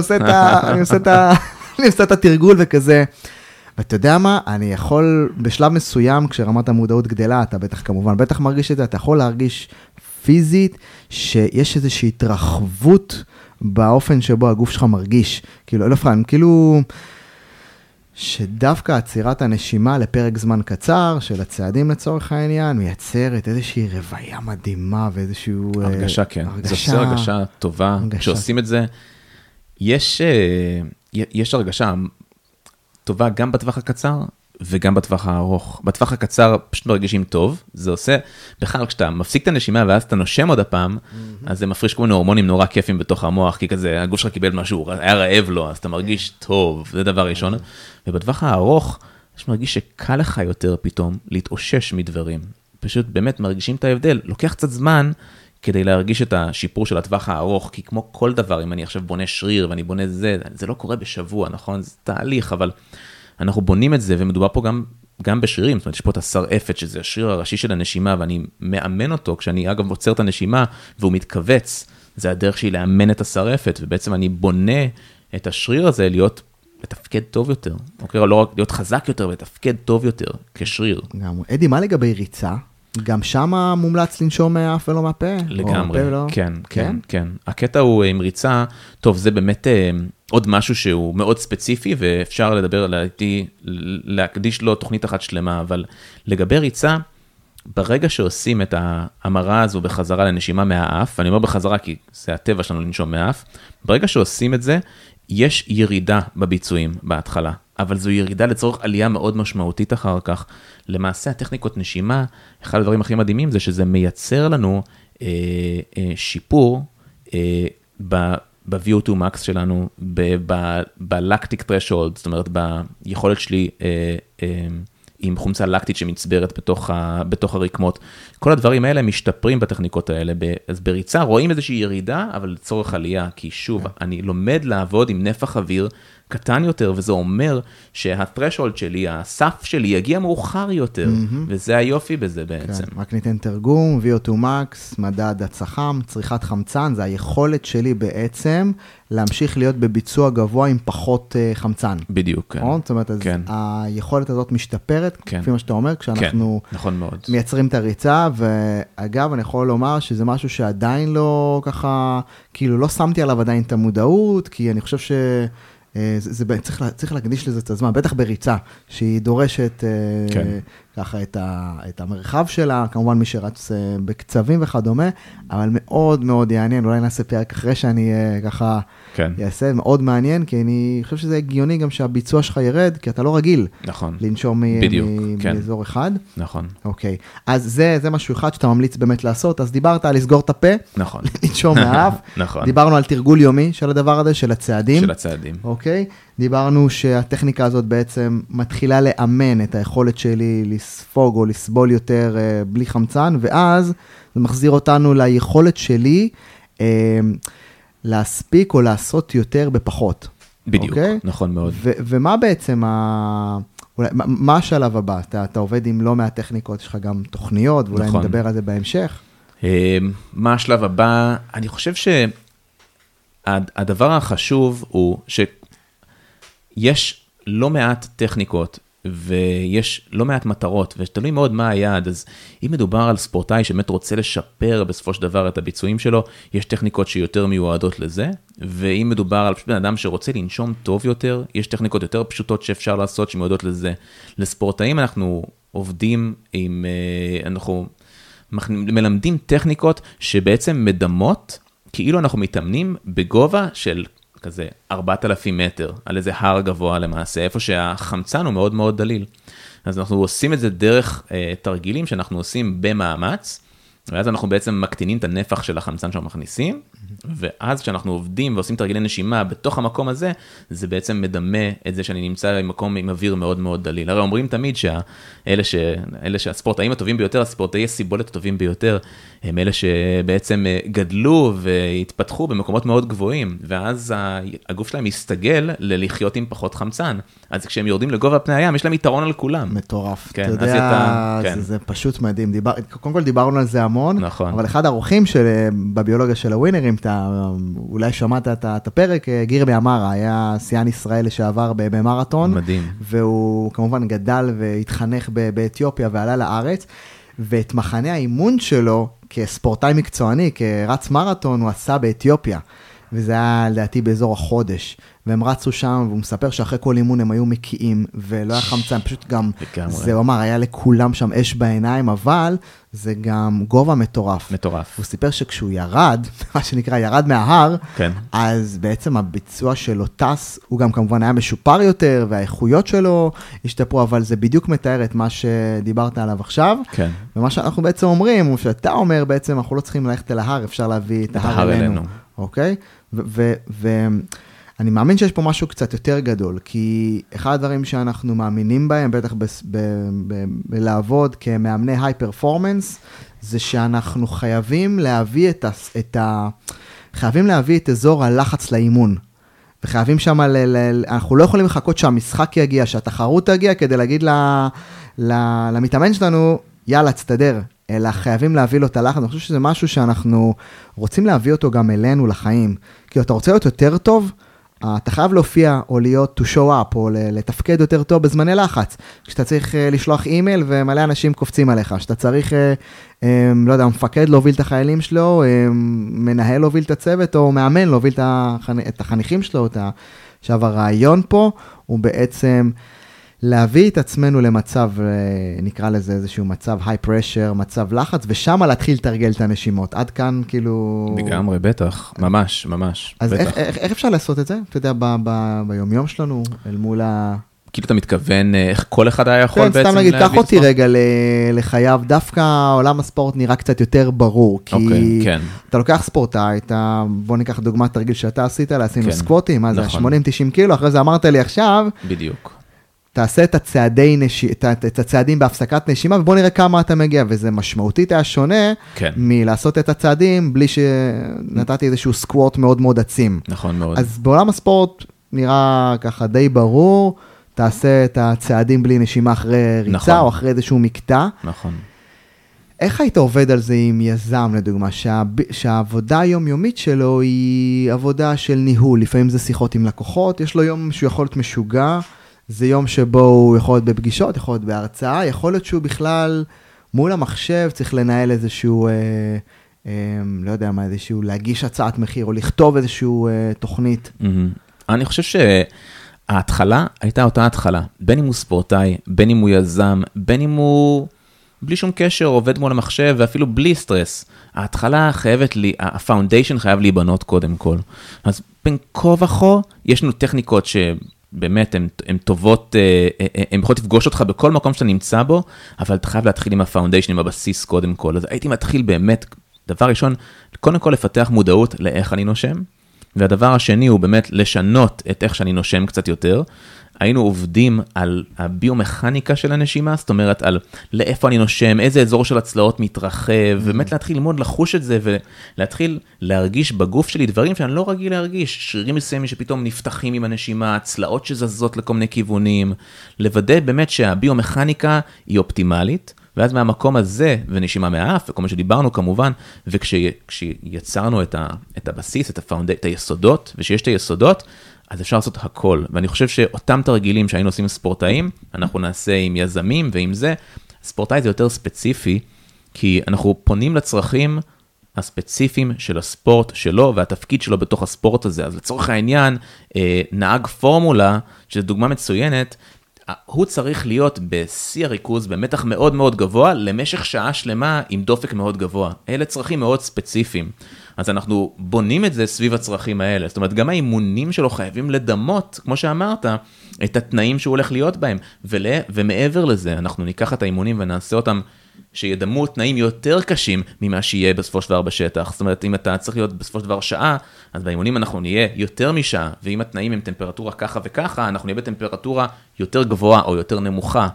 עושה את התרגול וכזה. ואתה יודע מה? אני יכול בשלב מסוים, כשרמת המודעות גדלה, אתה בטח מרגיש את זה, אתה יכול להרגיש פיזית שיש איזושהי התרחבות באופן שבו הגוף שלך מרגיש. כאילו, שדווקא עצירת הנשימה לפרק זמן קצר, של הצעדים לצורך העניין, מייצרת איזושהי רוויה מדהימה, ואיזשהו... הרגשה, כן. זה עושה הרגשה טובה. כשעושים את זה, יש הרגשה טובה גם בטווח הקצר, וגם בטווח הארוך. בטווח הקצר פשוט מרגישים טוב, זה עושה, בכלל כשאתה מפסיק את הנשימה ואז אתה נושם עוד הפעם, אז זה מפריש כל מיני הורמונים נורא כיפים בתוך המוח, כי כזה הגוף שלך קיבל משהו, היה רעב לו, אז אתה מרגיש טוב, זה דבר ראשון. ובטווח הארוך, יש מרגיש שקל לך יותר פתאום להתאושש מדברים. פשוט באמת מרגישים את ההבדל. לוקח קצת זמן כדי להרגיש את השיפור של הטווח הארוך, כי כמו כל דבר, אם אני עכשיו בונה שריר ואני בונה זה לא קורה בשבוע, נכון? זה תהליך, אבל אנחנו בונים את זה, ומדובר פה גם בשרירים, זאת אומרת, יש פה את השרעפת, שזה השריר הראשי של הנשימה, ואני מאמן אותו, כשאני אגב עוצר את הנשימה, והוא מתכווץ, זה הדרך שלי לאמן את השרעפת, ובעצם אני בונה את השריר הזה לתפקד טוב יותר, אוקיי? לא רק להיות חזק יותר, לתפקד טוב יותר, כשריר. אדי, מה לגבי ריצה? גם שם מומלץ לנשום מהאף ולא מהפה? לגמרי, כן. הקטע הוא עם ריצה, טוב, זה באמת עוד משהו שהוא מאוד ספציפי, ואפשר לדבר להקדיש לו תוכנית אחת שלמה, אבל לגבי ריצה, ברגע שעושים את ההמרה הזו בחזרה לנשימה מהאף, אני אומר בחזרה כי זה הטבע שלנו לנשום מהאף, ברגע שעושים את זה, יש ירידה בביצועים בהתחלה, אבל זו ירידה לצורך עלייה מאוד משמעותית אחר כך. למעשה הטכניקות נשימה, אחד הדברים הכי מדהימים זה שזה מייצר לנו שיפור ב-VO2 max שלנו, ב-lactic threshold, זאת אומרת ביכולת שלי עם חומצה לקטית שמצברת בתוך הרקמות. כל הדברים האלה משתפרים בטכניקות האלה. אז בריצה רואים איזושהי ירידה, אבל לצורך עלייה, כי שוב, אני לומד לעבוד עם נפח אוויר קטן יותר, וזה אומר שהthreshold שלי, הסף שלי, יגיע מאוחר יותר, וזה היופי בזה בעצם. רק ניתן תרגום, VO2 max, מדד הצח"ם, צריכת חמצן, זה היכולת שלי בעצם להמשיך להיות בביצוע גבוה עם פחות חמצן. בדיוק, כן. זאת אומרת, אז היכולת הזאת משתפרת, כפי מה שאתה אומר, כשאנחנו מייצרים את הריצה, ואגב, אני יכול לומר שזה משהו שעדיין לא ככה, כאילו לא שמתי עליו עדיין את המודעות, כי אני חושב צריך להקדיש לזה את הזמן, בטח בריצה, שהיא דורשת ככה את המרחב שלה, כמובן מי שרץ בקצבים וכדומה, אבל מאוד מאוד יעניין, אולי נעשה פרק אחרי שאני ככה יעשה, מאוד מעניין, כי אני חושב שזה הגיוני גם שהביצוע שלך ירד, כי אתה לא רגיל לנשום מאזור אחד. נכון. אוקיי, אז זה משהו אחד שאתה ממליץ באמת לעשות, אז דיברת על לסגור את הפה, נכון. לנשום מהאף, דיברנו על תרגול יומי של הדבר הזה, של הצעדים. של הצעדים. אוקיי, דיברנו שהטכניקה הזאת בעצם מתחילה לאמן את היכולת שלי לספוג או לסבול יותר בלי חמצן, ואז זה מחזיר אותנו ליכולת שלי להספיק או לעשות יותר בפחות. בדיוק, okay? נכון מאוד. ומה בעצם, מה השלב הבא? אתה עובד עם לא מהטכניקות, יש לך גם תוכניות, ואולי נכון. נדבר על זה בהמשך. מה השלב הבא? אני חושב שהדבר החשוב הוא שיש לא מעט טכניקות, ויש לא מעט מטרות, ותלוי מאוד מה היעד. אז אם מדובר על ספורטאי שבאמת רוצה לשפר בסופו של דבר את הביצועים שלו, יש טכניקות שיותר מיועדות לזה, ואם מדובר על בן אדם שרוצה לנשום טוב יותר, יש טכניקות יותר פשוטות שאפשר לעשות שמיועדות לזה. לספורטאים אנחנו עובדים עם, אנחנו מלמדים טכניקות שבעצם מדמות, כאילו אנחנו מתאמנים בגובה של כזה 4,000 מטר, על איזה הר גבוה למעשה, איפה שהחמצן הוא מאוד מאוד דליל. אז אנחנו עושים את זה דרך תרגילים שאנחנו עושים במאמץ, ואז אנחנו בעצם מקטינים את הנפח של החמצן שאנחנו מכניסים, ואז כשאנחנו עובדים ועושים תרגילי נשימה בתוך המקום הזה, זה בעצם מדמה את זה שאני נמצא במקום עם אוויר מאוד מאוד דליל. הרי אומרים תמיד שאלה שהספורטאים הטובים ביותר, הספורטאי הסיבולת הטובים ביותר, הם אלה שבעצם גדלו והתפתחו במקומות מאוד גבוהים, ואז הגוף שלהם מסתגל ללחיות עם פחות חמצן. אז כשהם יורדים לגובה פני הים, יש להם יתרון על כולם. מטורף. כן, אתה יודע, זה פשוט מדהים. קודם כל דיברנו על זה המון, נכון. אבל אחד האורחים בביולוגיה של הווינרים, אולי שמעת את הפרק, גירמי אמרה, היה שיאן ישראל לשעבר במרתון. מדהים. והוא כמובן גדל והתחנך באתיופיה ועלה לארץ, ואת מחנה האימון שלו כספורטאי מקצועני, כרץ מרתון, הוא עשה באתיופיה. וזה היה לדעתי באזור החודש, והם רצו שם, והוא מספר שאחרי כל אימון הם היו מקיאים, ולא היה חמצן, פשוט גם, זה אומר, היה לכולם שם אש בעיניים, אבל זה גם גובה מטורף. מטורף. הוא סיפר שכשהוא ירד, מה שנקרא, ירד מההר, כן. אז בעצם הביצוע שלו טס, הוא גם כמובן היה משופר יותר, והאיכויות שלו השתפרו, אבל זה בדיוק מתאר את מה שדיברת עליו עכשיו. כן. ומה שאנחנו בעצם אומרים, הוא שאתה אומר בעצם, אנחנו לא צריכים ללכת אל ההר, אפשר להביא את ההר אלינו. אוקיי? ואני מאמין שיש פה משהו קצת יותר גדול, כי אחד הדברים שאנחנו מאמינים בהם, בטח בלעבוד כמאמני היי פרפורמנס, זה שאנחנו חייבים להביא חייבים להביא את אזור הלחץ לאימון. וחייבים שם, אנחנו לא יכולים לחכות שהמשחק יגיע, שהתחרות תגיע, כדי להגיד למתאמן שלנו, יאללה, תסתדר. אלא חייבים להביא לו את הלחץ. אני חושב שזה משהו שאנחנו רוצים להביא אותו גם אלינו לחיים. כי אתה רוצה להיות יותר טוב, אתה חייב להופיע או להיות to show up, או לתפקד יותר טוב בזמני לחץ. כשאתה צריך לשלוח אימייל ומלא אנשים קופצים עליך. כשאתה צריך, לא יודע, מפקד להוביל את החיילים שלו, מנהל להוביל את הצוות, או מאמן להוביל את החניכים שלו. עכשיו הרעיון פה הוא בעצם להביא את עצמנו למצב, נקרא לזה איזשהו מצב high pressure, מצב לחץ, ושם להתחיל לתרגל את הנשימות. עד כאן כאילו... לגמרי, בטח, ממש, ממש. אז איך אפשר לעשות את זה? אתה יודע, ביומיום שלנו, אל מול כאילו אתה מתכוון, איך כל אחד היה יכול בעצם... כן, סתם נגיד, קח אותי רגע לחייו, דווקא עולם הספורט נראה קצת יותר ברור, כי אתה לוקח ספורטאי, בוא ניקח דוגמת תרגיל שאתה עשית, עשינו סקווטים, מה זה, 80-90 קילו, אחרי זה אמרת לי עכשיו, בדיוק. תעשה את הצעדים בהפסקת נשימה, ובוא נראה כמה אתה מגיע, וזה משמעותית היה שונה מלעשות את הצעדים, בלי שנתתי איזשהו סקווט מאוד מאוד עצים. נכון מאוד. אז בעולם הספורט נראה ככה די ברור, תעשה את הצעדים בלי נשימה אחרי ריצה, או אחרי איזשהו מקטע. נכון. איך היית עובד על זה עם יזם, לדוגמה, שהעבודה היומיומית שלו היא עבודה של ניהול, לפעמים זה שיחות עם לקוחות, יש לו יום שהוא יכול להיות משוגע, זה יום שבו הוא יכול להיות בפגישות, יכול להיות בהרצאה, יכול להיות שהוא בכלל מול המחשב, צריך לנהל איזשהו, לא יודע מה, איזשהו להגיש הצעת מחיר, או לכתוב איזשהו תוכנית. אני חושב שההתחלה הייתה אותה התחלה, בין אם הוא ספורטאי, בין אם הוא יזם, בין אם הוא בלי שום קשר עובד מול המחשב, ואפילו בלי סטרס. ההתחלה חייבת לי, הפאונדיישן חייב להיבנות קודם כל. אז בין כה וכה, יש לנו טכניקות באמת, הן טובות, הן יכולות לפגוש אותך בכל מקום שאתה נמצא בו, אבל אתה חייב להתחיל עם הפאונדיישן, עם הבסיס קודם כל. אז הייתי מתחיל באמת, דבר ראשון, קודם כל לפתח מודעות לאיך אני נושם, והדבר השני הוא באמת לשנות את איך שאני נושם קצת יותר. היינו עובדים על הביומכניקה של הנשימה, זאת אומרת על לאיפה אני נושם, איזה אזור של הצלעות מתרחב, באמת להתחיל ללמוד לחוש את זה, ולהתחיל להרגיש בגוף שלי דברים שאני לא רגיל להרגיש, שרירים מסוימים שפתאום נפתחים עם הנשימה, הצלעות שזזות לכל מיני כיוונים, לוודא באמת שהביומכניקה היא אופטימלית, ואז מהמקום הזה, ונשימה מהאף, וכל מה שדיברנו כמובן, וכשיצרנו את הבסיס, את היסודות, ושיש את היסודות, אז אפשר לעשות הכל, ואני חושב שאותם תרגילים שהיינו עושים ספורטאים, אנחנו נעשה עם יזמים ועם זה, ספורטאי זה יותר ספציפי, כי אנחנו פונים לצרכים הספציפיים של הספורט שלו, והתפקיד שלו בתוך הספורט הזה, אז לצורך העניין, נהג פורמולה, שזו דוגמה מצוינת, הוא צריך להיות בשיא הריכוז, במתח מאוד מאוד גבוה, למשך שעה שלמה עם דופק מאוד גבוה. אלה צרכים מאוד ספציפיים. אז אנחנו בונים את זה סביב הצרכים האלה. זאת אומרת, גם האימונים שלו חייבים לדמות, כמו שאמרת, את התנאים שהוא הולך להיות בהם. ומעבר לזה, אנחנו ניקח את האימונים ונעשה אותם שידמו תנאים יותר קשים ממה שיהיה בסופו של דבר בשטח. זאת אומרת, אם אתה צריך להיות בסופו של דבר שעה, אז באימונים אנחנו נהיה יותר משעה, ואם התנאים הם טמפרטורה ככה וככה, אנחנו נהיה בטמפרטורה יותר גבוהה או יותר נמוכה.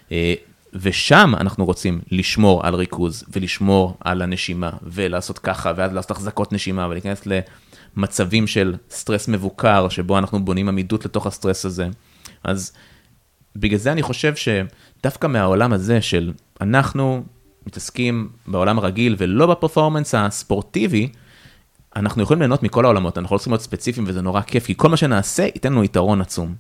ושם אנחנו רוצים לשמור על ריכוז, ולשמור על הנשימה, ולעשות ככה, ואז לעשות החזקות נשימה, ולהיכנס למצבים של סטרס מבוקר, שבו אנחנו בונים עמידות לתוך הסטרס הזה. אז בגלל זה אני חושב שדווקא מהעולם הזה של אנחנו מתעסקים בעולם הרגיל, ולא בפרפורמנס הספורטיבי, אנחנו יכולים ליהנות מכל העולמות, אנחנו לא צריכים להיות ספציפיים, וזה נורא כיף, כי כל מה שנעשה ייתן לנו יתרון עצום.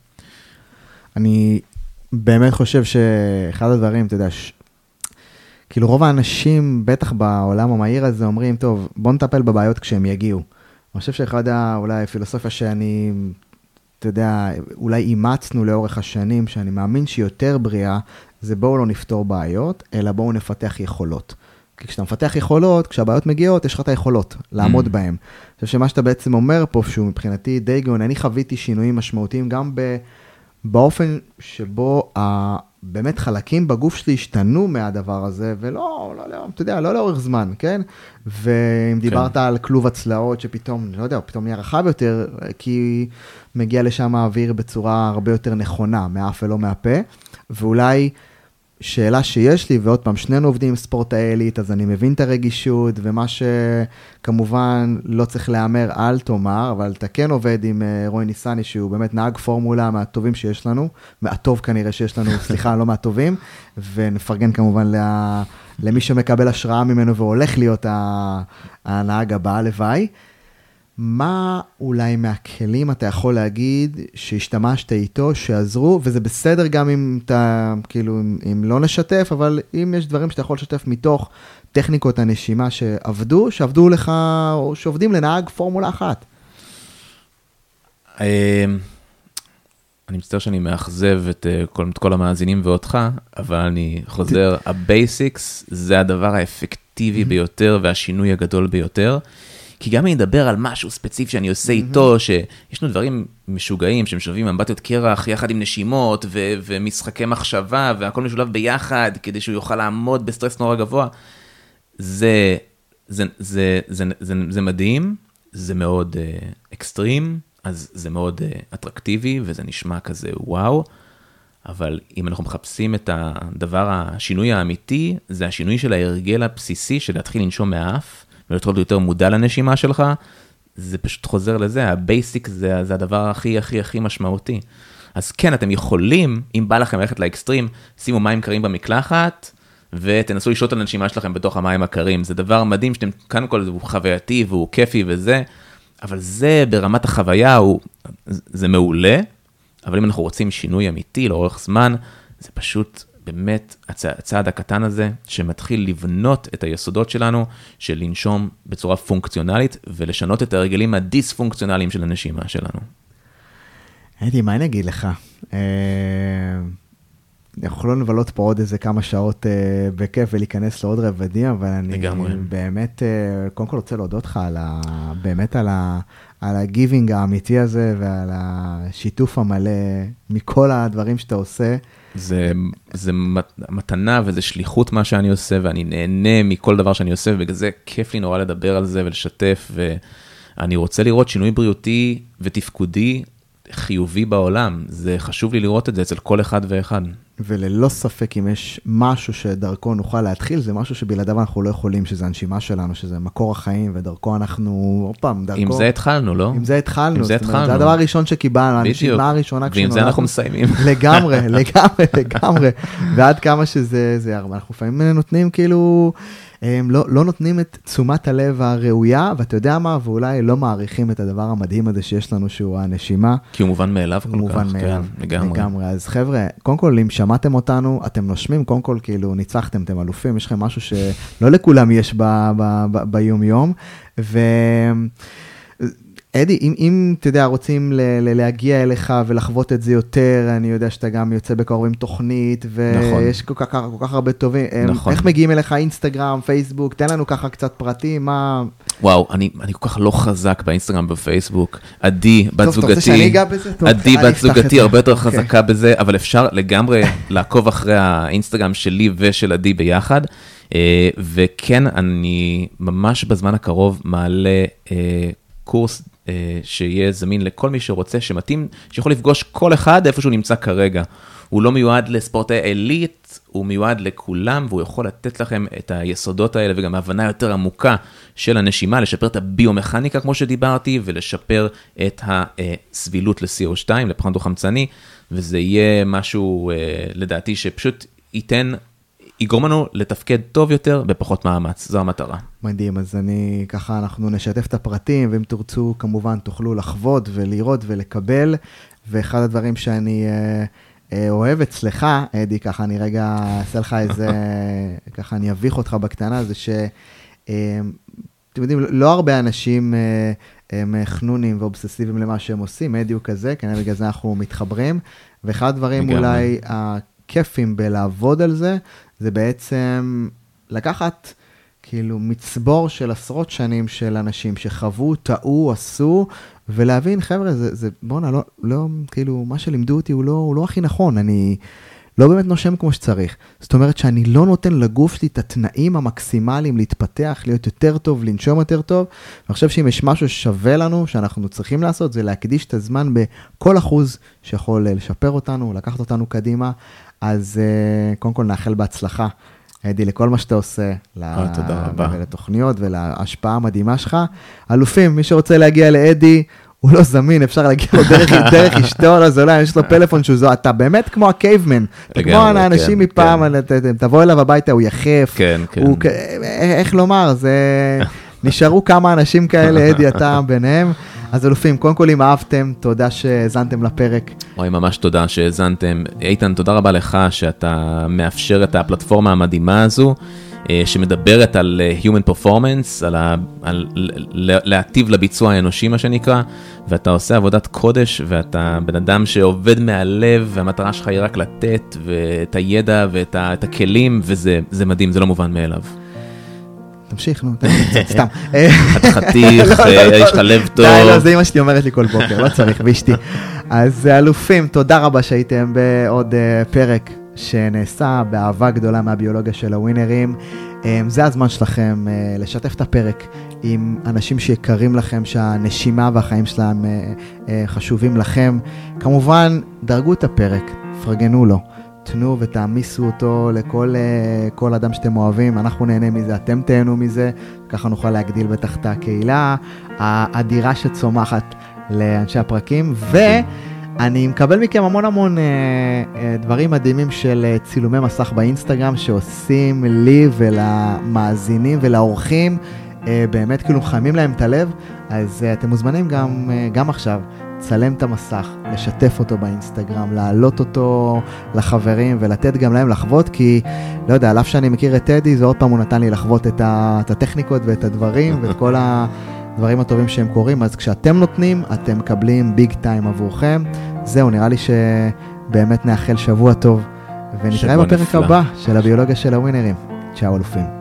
אני באמת חושב שאחד הדברים, אתה יודע, כאילו רוב האנשים, בטח בעולם המהיר הזה, אומרים, טוב, בוא נטפל בבעיות כשהם יגיעו. אני חושב שאחד אולי פילוסופיה שאני, אתה יודע, אולי אימצנו לאורך השנים, שאני מאמין שהיא יותר בריאה, זה בואו לא נפתור בעיות, אלא בואו נפתח יכולות. כי כשאתה מפתח יכולות, כשהבעיות מגיעות, יש לך את היכולות לעמוד בהן. אני חושב שמה שאתה בעצם אומר פה, שהוא מבחינתי די גאון, אני חוויתי שינויים משמעותיים גם באופן שבו באמת חלקים בגוף שלי השתנו מהדבר הזה, ולא, אתה יודע, לא לאורך זמן, כן? ואם דיברת על כלוב הצלעות שפתאום, לא יודע, פתאום נהיה רחב יותר, כי מגיע לשם האוויר בצורה הרבה יותר נכונה, מהאף ולא מהפה, ואולי שאלה שיש לי, ועוד פעם, שנינו עובדים עם ספורטאי עילית, אז אני מבין את הרגישות, ומה שכמובן לא צריך להיאמר על תומר, אבל אתה כן עובד עם רוי ניסני, שהוא באמת נהג פורמולה מהטובים שיש לנו, מהטוב כנראה שיש לנו, סליחה, לא מהטובים, ונפרגן כמובן למי שמקבל השראה ממנו, והולך להיות הנהג הבא, לוואי. מה אולי מהכלים אתה יכול להגיד שהשתמשת איתו, שעזרו, וזה בסדר גם אם אתה, כאילו, אם לא נשתף, אבל אם יש דברים שאתה יכול לשתף מתוך טכניקות הנשימה שעבדו לך, או שעובדים לנהג פורמולה אחת. אני מצטער שאני מאכזב את כל המאזינים ואותך, אבל אני חוזר, הבייסיקס זה הדבר האפקטיבי ביותר, והשינוי הגדול ביותר, כי גם אני אדבר על משהו ספציפי שאני עושה איתו, שיש לנו דברים משוגעים, שמשלבים אמבטיות קרח יחד עם נשימות, ומשחקי מחשבה, והכל משולב ביחד, כדי שהוא יוכל לעמוד בסטרס נורא גבוה. זה מדהים, זה מאוד אקסטרים, אז זה מאוד אטרקטיבי, וזה נשמע כזה וואו, אבל אם אנחנו מחפשים את הדבר, השינוי האמיתי, זה השינוי של ההרגל הבסיסי, של להתחיל לנשום מהאף, ולהתחיל יותר מודע לנשימה שלך, זה פשוט חוזר לזה, הבייסיק זה הדבר הכי משמעותי. אז כן, אתם יכולים, אם בא לכם ללכת לאקסטרים, שימו מים קרים במקלחת, ותנסו לשלוט על הנשימה שלכם בתוך המים הקרים. זה דבר מדהים, שאתם, כאן כל זה הוא חווייתי, והוא כיפי וזה, אבל זה ברמת החוויה, זה מעולה, אבל אם אנחנו רוצים שינוי אמיתי לאורך זמן, זה פשוט באמת הצעד הקטן הזה, שמתחיל לבנות את היסודות שלנו, של לנשום בצורה פונקציונלית, ולשנות את הרגלים הדיספונקציונליים של הנשימה שלנו. הייתי, מה אני אגיד לך? יכולנו לבלות פה עוד איזה כמה שעות בכיף, ולהיכנס לעוד רבדים, אבל אני באמת, קודם כל רוצה להודות לך באמת על הגיבינג האמיתי הזה, ועל השיתוף המלא מכל הדברים שאתה עושה. זה מתנה וזה שליחות מה שאני עושה, ואני נהנה מכל דבר שאני עושה, ובגלל זה כיף לי נורא לדבר על זה ולשתף, אני רוצה לראות שינוי בריאותי ותפקודי חיובי בעולם. זה חשוב לי לראות את זה אצל כל אחד ואחד. וללא ספק, אם יש משהו שדרכו נוכל להתחיל, זה משהו שבלעדיו אנחנו לא יכולים, שזה הנשימה שלנו, שזה מקור החיים, ודרכו אנחנו, עוד פעם, דרכו... עם זה התחלנו, לא? עם זה התחלנו. עם זה התחלנו. זה הדבר הראשון שקיבלנו, הנשימה הראשונה ועם זה אנחנו מסיימים. לגמרי, לגמרי, לגמרי. ועד כמה שזה הרבה. אנחנו לפעמים נותנים כאילו... לא נותנים את תשומת הלב הראויה, ואתה יודע מה, ואולי לא מעריכים את הדבר המדהים הזה שיש לנו, שהוא הנשימה. כי הוא מובן מאליו כל כך. מובן מאליו, לגמרי. לגמרי. אז חבר'ה, קודם כל, אם שמעתם אותנו, אתם נושמים, קודם כל, כאילו, ניצחתם, אתם אלופים, יש לכם משהו שלא לכולם יש ביום יום, אדי, אם אתה יודע, רוצים להגיע אליך ולחוות את זה יותר, אני יודע שאתה גם יוצא בקרוב עם תוכנית, ויש כל כך הרבה טובים. איך מגיעים אליך, אינסטגרם, פייסבוק, תן לנו ככה קצת פרטים, מה... וואו, אני כל כך לא חזק באינסטגרם ובפייסבוק. עדי, בת זוגתי, טוב, אתה רוצה שאני אגע בזה? עדי, בת זוגתי, הרבה יותר חזקה בזה, אבל אפשר לגמרי לעקוב אחרי האינסטגרם שלי ושל עדי ביחד, וכן, אני ממש בזמן הקרוב מעלה קורס שיהיה זמין לכל מי שרוצה, שמתאים, שיכול לפגוש כל אחד איפה שהוא נמצא כרגע. הוא לא מיועד לספורטאי עילית, הוא מיועד לכולם, והוא יכול לתת לכם את היסודות האלה, וגם הבנה יותר עמוקה של הנשימה, לשפר את הביומכניקה, כמו שדיברתי, ולשפר את הסבילות ל-CO2, לפחמן דו-חמצני, וזה יהיה משהו, לדעתי, שפשוט יגרום לנו לתפקד טוב יותר בפחות מאמץ, זו המטרה. מדהים, אז ככה אנחנו נשתף את הפרטים, ואם תרצו כמובן תוכלו לחוות ולראות ולקבל, ואחד הדברים שאני אוהב אצלך, אדי, ככה אני רגע אעשה לך איזה, ככה אני אביך אותך בקטנה, זה אתם יודעים, לא הרבה אנשים הם חנונים ואובססיביים למה שהם עושים, אדי הוא כזה, כנראה בגלל זה אנחנו מתחברים, ואחד הדברים אולי הכיפים בלעבוד על זה, זה בעצם לקחת כאילו מצבור של עשרות שנים של אנשים שחוו, טעו, עשו, ולהבין, חבר'ה, זה בוא'נה, לא, כאילו, מה שלימדו אותי הוא לא הכי נכון, אני לא באמת נושם כמו שצריך. זאת אומרת שאני לא נותן לגוף שלי את התנאים המקסימליים להתפתח, להיות יותר טוב, לנשום יותר טוב, ואני חושב שאם יש משהו ששווה לנו, שאנחנו צריכים לעשות, זה להקדיש את הזמן בכל אחוז שיכול לשפר אותנו, לקחת אותנו קדימה, אז קודם כל נאחל בהצלחה, אדי, לכל מה שאתה עושה, לתוכניות ולהשפעה המדהימה שלך. אלופים, מי שרוצה להגיע לאדי, הוא לא זמין, אפשר להגיע לו דרך אשתו, לא, זה אולי, יש לו פלאפון שהוא זו, אתה באמת כמו הקייבמן, אתה כמו האנשים מפעם, תבוא אליו הביתה, הוא יחף, איך לומר, נשארו כמה אנשים כאלה, אדי, אתה ביניהם, אז אלופים, קודם כל אם אהבתם, תודה שהזנתם לפרק. אוי, ממש תודה שהזנתם. איתן, תודה רבה לך שאתה מאפשר את הפלטפורמה המדהימה הזו, שמדברת על human performance, על להטיב לביצוע האנושי, מה שנקרא, ואתה עושה עבודת קודש, ואתה בן אדם שעובד מהלב, והמטרה שלך היא רק לתת, ואת הידע ואת הכלים, וזה מדהים, זה לא מובן מאליו. תמשיך, נו, סתם. אתה חתיך, יש לך לב טוב. די, לא, זה אמא שלי אומרת לי כל בוקר, לא צריך, ואשתי. אז אלופים, תודה רבה שהייתם בעוד פרק שנעשה באהבה גדולה מהביולוגיה של הווינרים. זה הזמן שלכם לשתף את הפרק עם אנשים שיקרים לכם, שהנשימה והחיים שלהם חשובים לכם. כמובן, דרגו את הפרק, פרגנו לו. תנו ותעמיסו אותו לכל אדם שאתם אוהבים, אנחנו נהנה מזה, אתם תהנו מזה, ככה נוכל להגדיל בטח את הקהילה, האדירה שצומחת לאנשי הפרקים, ואני מקבל מכם המון דברים מדהימים של צילומי מסך באינסטגרם, שעושים לי ולמאזינים ולאורחים, באמת כאילו מחממים להם את הלב, אז אתם מוזמנים גם עכשיו, צלם את המסך, לשתף אותו באינסטגרם, להעלות אותו לחברים ולתת גם להם לחוות, כי לא יודע, על אף שאני מכיר את טדי, זה עוד פעם הוא נתן לי לחוות את הטכניקות ואת הדברים ואת כל הדברים הטובים שהם קוראים, אז כשאתם נותנים, אתם מקבלים ביג טיים עבורכם. זהו, נראה לי שבאמת נאחל שבוע טוב, ונתראה בפרק הבא של הביולוגיה של הווינרים. צ'או אלופים.